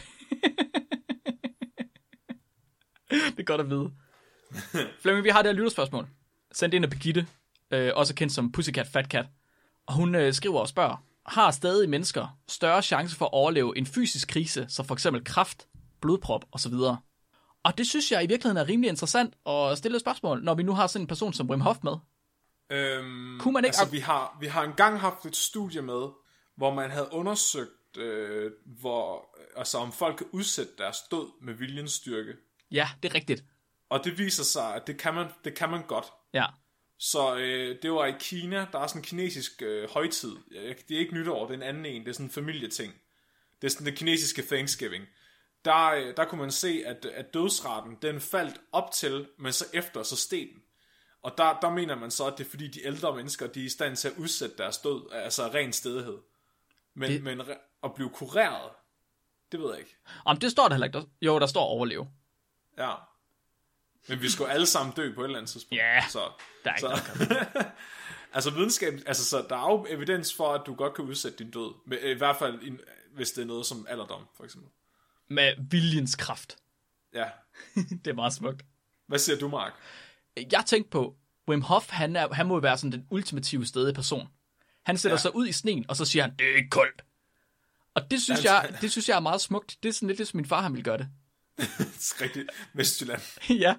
Det er godt at vide. Flemming, vi har det her lytterspørgsmål. Sendt ind af Birgitte, også kendt som Pussycat Fat Cat. Og hun skriver og spørger, har stadig mennesker større chance for at overleve en fysisk krise, som for eksempel kræft, blodprop osv.? Og det synes jeg i virkeligheden er rimelig interessant at stille et spørgsmål, når vi nu har sådan en person som Wim Hof med. Kunne man ikke... Altså, vi har engang haft et studie med, hvor man havde undersøgt, om folk kan udsætte deres død med viljens styrke. Ja, det er rigtigt. Og det viser sig, at det kan man godt. Ja. Så det var i Kina, der er sådan en kinesisk højtid. Det er ikke nytår, det er en anden en, det er sådan en familieting. Det er sådan det kinesiske Thanksgiving. Der kunne man se, at dødsraten, den faldt op til, men så efter, så steg den. Og der mener man så, at det er fordi de ældre mennesker, de er i stand til at udsætte deres død, altså ren stedighed. Men at blive kureret, det ved jeg ikke. Om det står der heller ikke. Jo, der står overleve. Ja. Men vi skulle alle sammen dø på et eller andet tidspunkt. Ja, så, der er ikke noget. Altså videnskab, altså så der er jo evidens for, at du godt kan udsætte din død. I hvert fald, hvis det er noget som alderdom, for eksempel. Med viljens kraft. Ja. Det er meget smukt. Hvad siger du, Mark? Jeg tænkte på, Wim Hof, han må være sådan den ultimative stedige person. Han sætter sig ud i sneen, og så siger han, det er ikke koldt. Og det synes jeg er meget smukt. Det er sådan lidt, ligesom min far, han ville gøre det. Det er rigtigt. Vestjylland. Ja,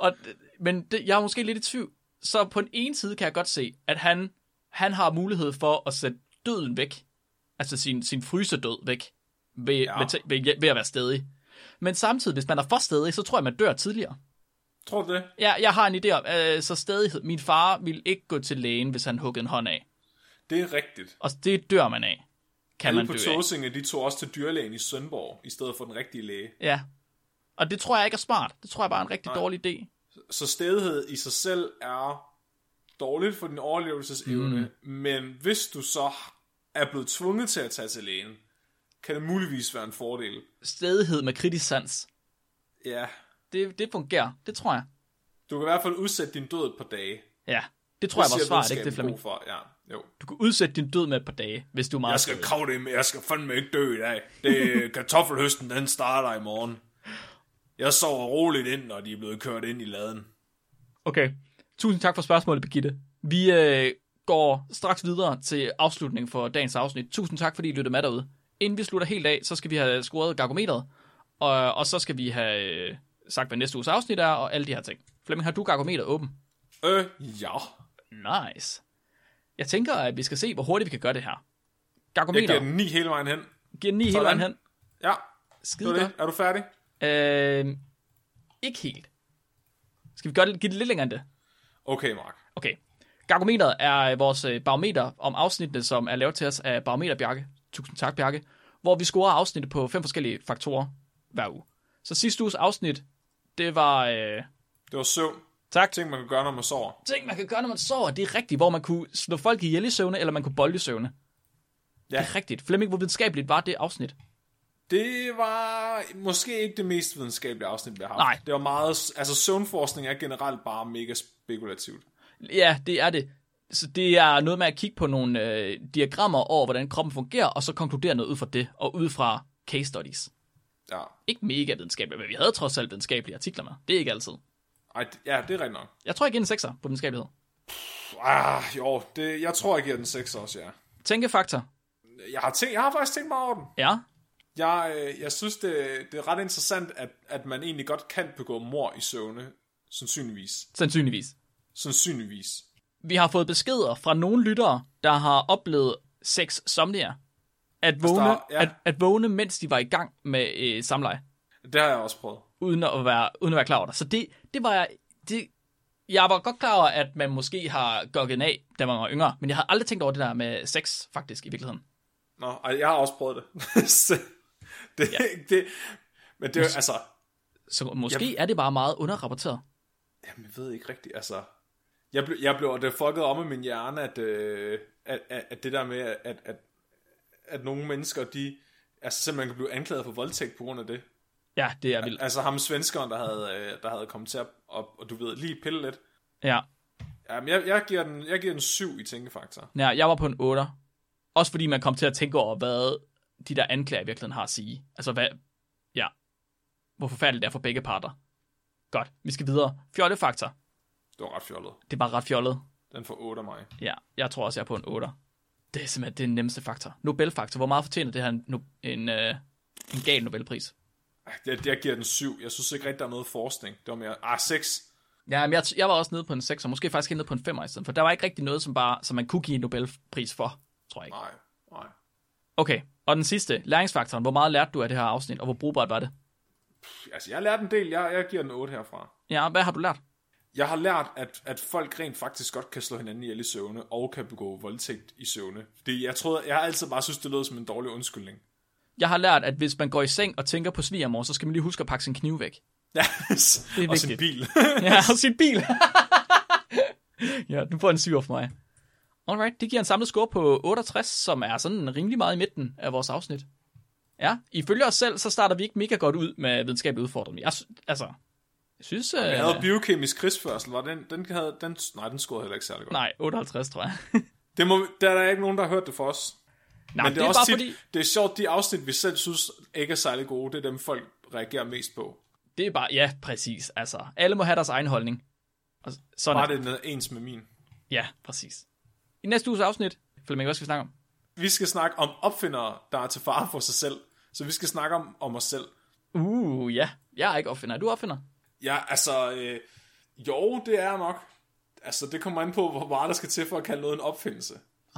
men jeg er måske lidt i tvivl. Så på den ene side kan jeg godt se, at han har mulighed for at sætte døden væk. Altså sin frysedød væk. Ved at være stedig. Men samtidig, hvis man er for stedig, så tror jeg, man dør tidligere. Tror du det? Ja, jeg har en idé om, så stedighed. Min far ville ikke gå til lægen, hvis han huggede en hånd af. Det er rigtigt. Og det dør man af. Alle på Tåsinge, de tog også til dyrlægen i Sønderborg, i stedet for den rigtige læge. Ja. Og det tror jeg ikke er smart. Det tror jeg bare er en rigtig dårlig idé. Så stedighed i sig selv er dårligt for din overlevelsesevne, men hvis du så er blevet tvunget til at tage til lægen, kan det muligvis være en fordel. Stedighed med kritisk sans. Ja. Det fungerer. Det tror jeg. Du kan i hvert fald udsætte din død et par dage. Ja. Det tror jeg var svaret, ikke det, Flemming? Ja, jo. Du kan udsætte din død med et par dage, hvis du er meget... Jeg skal fandme ikke dø i dag. Det kartoffelhøsten, den starter i morgen. Jeg sover roligt ind, når de er blevet kørt ind i laden. Okay. Tusind tak for spørgsmålet, Birgitte. Vi går straks videre til afslutningen for dagens afsnit. Tusind tak, fordi I lyttede med derude. Inden vi slutter helt af, så skal vi have scoret gargometeret, og så skal vi have sagt, hvad næste uges afsnit er, og alle de her ting. Flemming, har du gargometeret åben? Ja. Nice. Jeg tænker, at vi skal se, hvor hurtigt vi kan gøre det her. Gargometer. Jeg giver den 9 hele vejen hen. Giver den 9 hele vejen hen? Ja. Skide godt. Er du færdig? Ikke helt. Skal vi give det lidt længere end det? Okay, Mark. Okay. Gargometeret er vores barometer om afsnittene, som er lavet til os af Barometer Bjarke. Tusind tak, Bjarke. Hvor vi scorer afsnittet på 5 forskellige faktorer hver uge. Så sidste uges afsnit, det var... Det var søvn. Tak. Ting, man kan gøre, når man sover. Ting, man kan gøre, når man sover, det er rigtigt, hvor man kunne slå folk ihjel i søvne, eller man kunne bolde i søvne. Ja. Det er rigtigt. Flemming, hvor videnskabeligt var det afsnit? Det var måske ikke det mest videnskabelige afsnit, vi har haft. Nej. Det var meget... Altså, søvnforskning er generelt bare mega spekulativt. Ja, det er det. Så det er noget med at kigge på nogle diagrammer over, hvordan kroppen fungerer, og så konkludere noget ud fra det, og ud fra case studies. Ja. Ikke mega videnskabeligt, men vi havde trods alt videnskabelige artikler med. Det er ikke altid. Ej, ja, det er rigtigt nok. Jeg tror, jeg giver en 6'er på videnskabelighed. Jo, jeg tror, jeg giver den 6 også, ja. Tænkefaktor. Jeg har faktisk tænkt meget over den. Ja. Jeg synes, det er ret interessant, at man egentlig godt kan begå mord i søvne. Sandsynligvis. Vi har fået beskeder fra nogle lyttere, der har oplevet sex somnia. At vågne, mens de var i gang med samleje. Det har jeg også prøvet. Uden at være klar over det. Så det var jeg... Jeg var godt klar over, at man måske har gokket af, da man var yngre. Men jeg havde aldrig tænkt over det der med sex, faktisk, i virkeligheden. Nå, jeg har også prøvet det. Men det er altså... Så måske er det bare meget underrapporteret. Jamen, jeg ved ikke rigtigt, altså... Jeg blev det fucket om i min hjerne, at det der med, at nogle mennesker, de altså simpelthen kan blive anklaget for voldtægt på grund af det. Ja, det er vildt. Altså ham svenskeren, der havde kommet til at, og du ved, lige pille lidt. Ja. Jamen, jeg giver den 7 i tænkefaktor. Ja, jeg var på en 8. Også fordi man kom til at tænke over, hvad de der anklager i virkeligheden har at sige. Altså, hvor forfærdeligt det er for begge parter. Godt, vi skal videre. Fjollefaktor. Det var ret fjollet. Det var ret fjollet. Den får 8 af mig. Ja, jeg tror også, jeg er på en 8. Det er simpelthen den nemmeste faktor. Nobelfaktor. Hvor meget fortjener det her en gal Nobelpris? Jeg giver den 7. Jeg synes ikke rigtig, der er noget forskning. Det var mere... 6. Ja, men jeg var også nede på en 6, og måske faktisk nede på en 5 i stedet. For der var ikke rigtig noget, som man kunne give en Nobelpris for, tror jeg ikke. Nej. Okay, og den sidste, læringsfaktoren. Hvor meget lærte du af det her afsnit, og hvor brugbart var det? Altså, jeg har lært en del. Jeg giver den 8 herfra. Ja, hvad har du lært? Jeg har lært, at folk rent faktisk godt kan slå hinanden ihjel i søvne, og kan begå voldtægt i søvne. Fordi jeg har altid bare synes, det lød som en dårlig undskyldning. Jeg har lært, at hvis man går i seng og tænker på svigermor, så skal man lige huske at pakke sin kniv væk. Ja, det er og sin bil. Ja, og sin bil. Ja, du får en 7 for mig. Alright, det giver en samlet score på 68, som er sådan rimelig meget i midten af vores afsnit. Ja, ifølge os selv, så starter vi ikke mega godt ud med videnskabelige udfordringer. Jeg synes... Jeg havde biokemisk krigsførsel, var den scorede heller ikke særlig godt. Nej, 58, tror jeg. Der er der ikke nogen, der har hørt det for os. Nej, men det er også bare tit, fordi... Det er sjovt, de afsnit, vi selv synes ikke er særlig gode, det er dem, folk reagerer mest på. Det er bare, ja, præcis. Altså, alle må have deres egen holdning. Og sådan bare det er ens med min. Ja, præcis. I næste uges afsnit, Flemming, hvad skal vi snakke om? Vi skal snakke om opfindere, der er til fare for sig selv. Så vi skal snakke om os selv. Ja. Jeg er ikke opfinder. Er du opfinder? Ja, altså... jo, det er nok. Altså, det kommer an på, hvor meget der skal til for at kalde noget en opfindelse.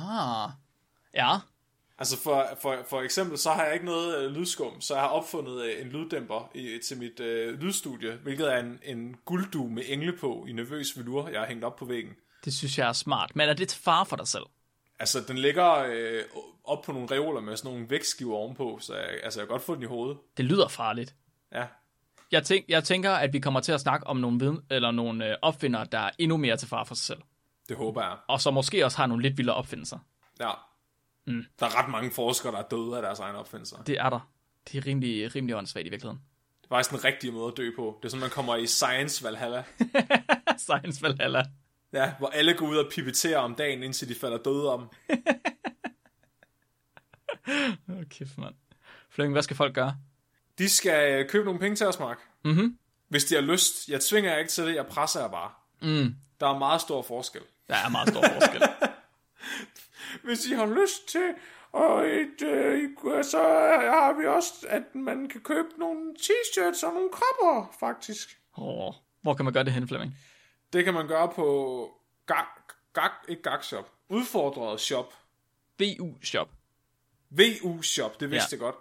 Ja. Altså, for eksempel, så har jeg ikke noget lydskum, så jeg har opfundet en lyddæmper til mit lydstudie, hvilket er en gulddue med engle på i nervøs velur, jeg har hængt op på væggen. Det synes jeg er smart. Men er det til fare for dig selv? Altså, den ligger op på nogle reoler med sådan nogle vægtskiver ovenpå, så jeg kan godt få den i hovedet. Det lyder farligt. Ja. Jeg tænker, at vi kommer til at snakke om nogle opfindere, der er endnu mere til fare for sig selv. Det håber jeg. Og som måske også har nogle lidt vilde opfindelser. Ja. Der er ret mange forskere, der er døde af deres egne opfindelser. Det er der. Det er rimelig åndssvagt i virkeligheden. Det er faktisk den rigtige måde at dø på. Det er sådan, man kommer i Science Valhalla. Science Valhalla. Ja, hvor alle går ud og pipetterer om dagen, indtil de falder døde om. Kæft, mand. Flemming, hvad skal folk gøre? De skal købe nogle penge til os, Mark. Mm-hmm. Hvis de har lyst. Jeg tvinger jer ikke til det, jeg presser jer bare. Der er meget stor forskel. Der er meget stor forskel. Hvis I har lyst til, så har vi også, at man kan købe nogle t-shirts og nogle kopper, faktisk. Hvor kan man gøre det hen, Flemming? Det kan man gøre på ikke Gagshop. Udfordret shop. VU-shop. VU-shop, det vidste jeg godt.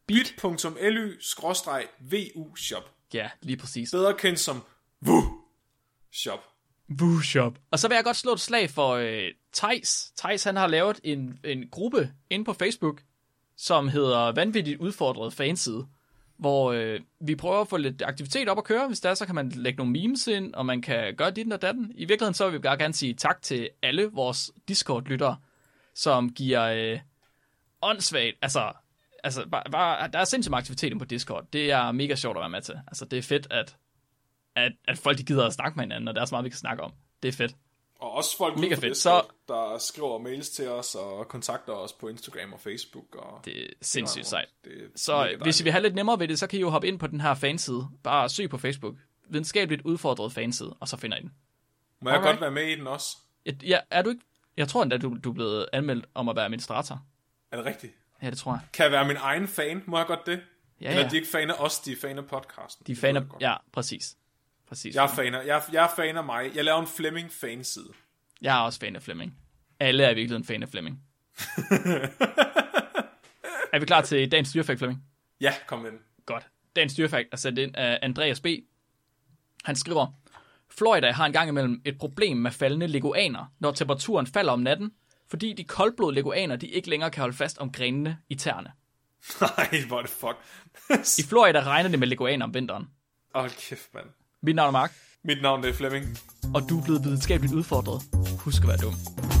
bit.ly/VU-shop. Ja, lige præcis. Bedre kendt som VU-shop. VU-shop. Og så vil jeg godt slå et slag for Theis. Theis, han har lavet en gruppe inde på Facebook, som hedder Vanvittigt Udfordret Fanside, hvor vi prøver at få lidt aktivitet op at køre. Hvis der er, så kan man lægge nogle memes ind, og man kan gøre dit og datten. I virkeligheden så vil vi bare gerne sige tak til alle vores Discord-lyttere, som giver åndssvagt, altså bare, der er sindssygt meget aktivitet på Discord. Det er mega sjovt at være med til. Altså, det er fedt, at folk de gider at snakke med hinanden, og der er så meget, vi kan snakke om. Det er fedt. Og også folk mega på fedt. Discord, der skriver mails til os og kontakter os på Instagram og Facebook. Og det er sindssygt sejt. Så hvis I vil have lidt nemmere ved det, så kan I jo hoppe ind på den her fanside. Bare søg på Facebook. Videnskabeligt udfordret fanside, og så finder I den. Må jeg godt være med i den også? Ja, er du ikke? Jeg tror endda, du er blevet anmeldt om at være administrator. Er det rigtigt? Ja, det tror jeg. Kan jeg være min egen fan? Må jeg godt det? Ja, eller de er ikke fan af os, de er fan af podcasten? De er fan af... Ja, præcis. Jeg er fan af mig. Jeg laver en Flemming-fanside. Jeg er også fan af Flemming. Alle er virkelig en fan af Flemming. Er vi klar til dagens dyrefakt, Flemming? Ja, kom ind. Godt. Dagens dyrefakt er sendt ind af Andreas B. Han skriver, Florida har engang imellem et problem med faldende leguaner, når temperaturen falder om natten, fordi de koldblodede leguaner, de ikke længere kan holde fast om grenene i tæerne. Nej, hvor er det fuck. I Florida regner det med leguaner om vinteren. Hold kæft, mand. Mit navn er Mark. Mit navn er Flemming. Og du er blevet videnskabeligt udfordret. Husk at være dum.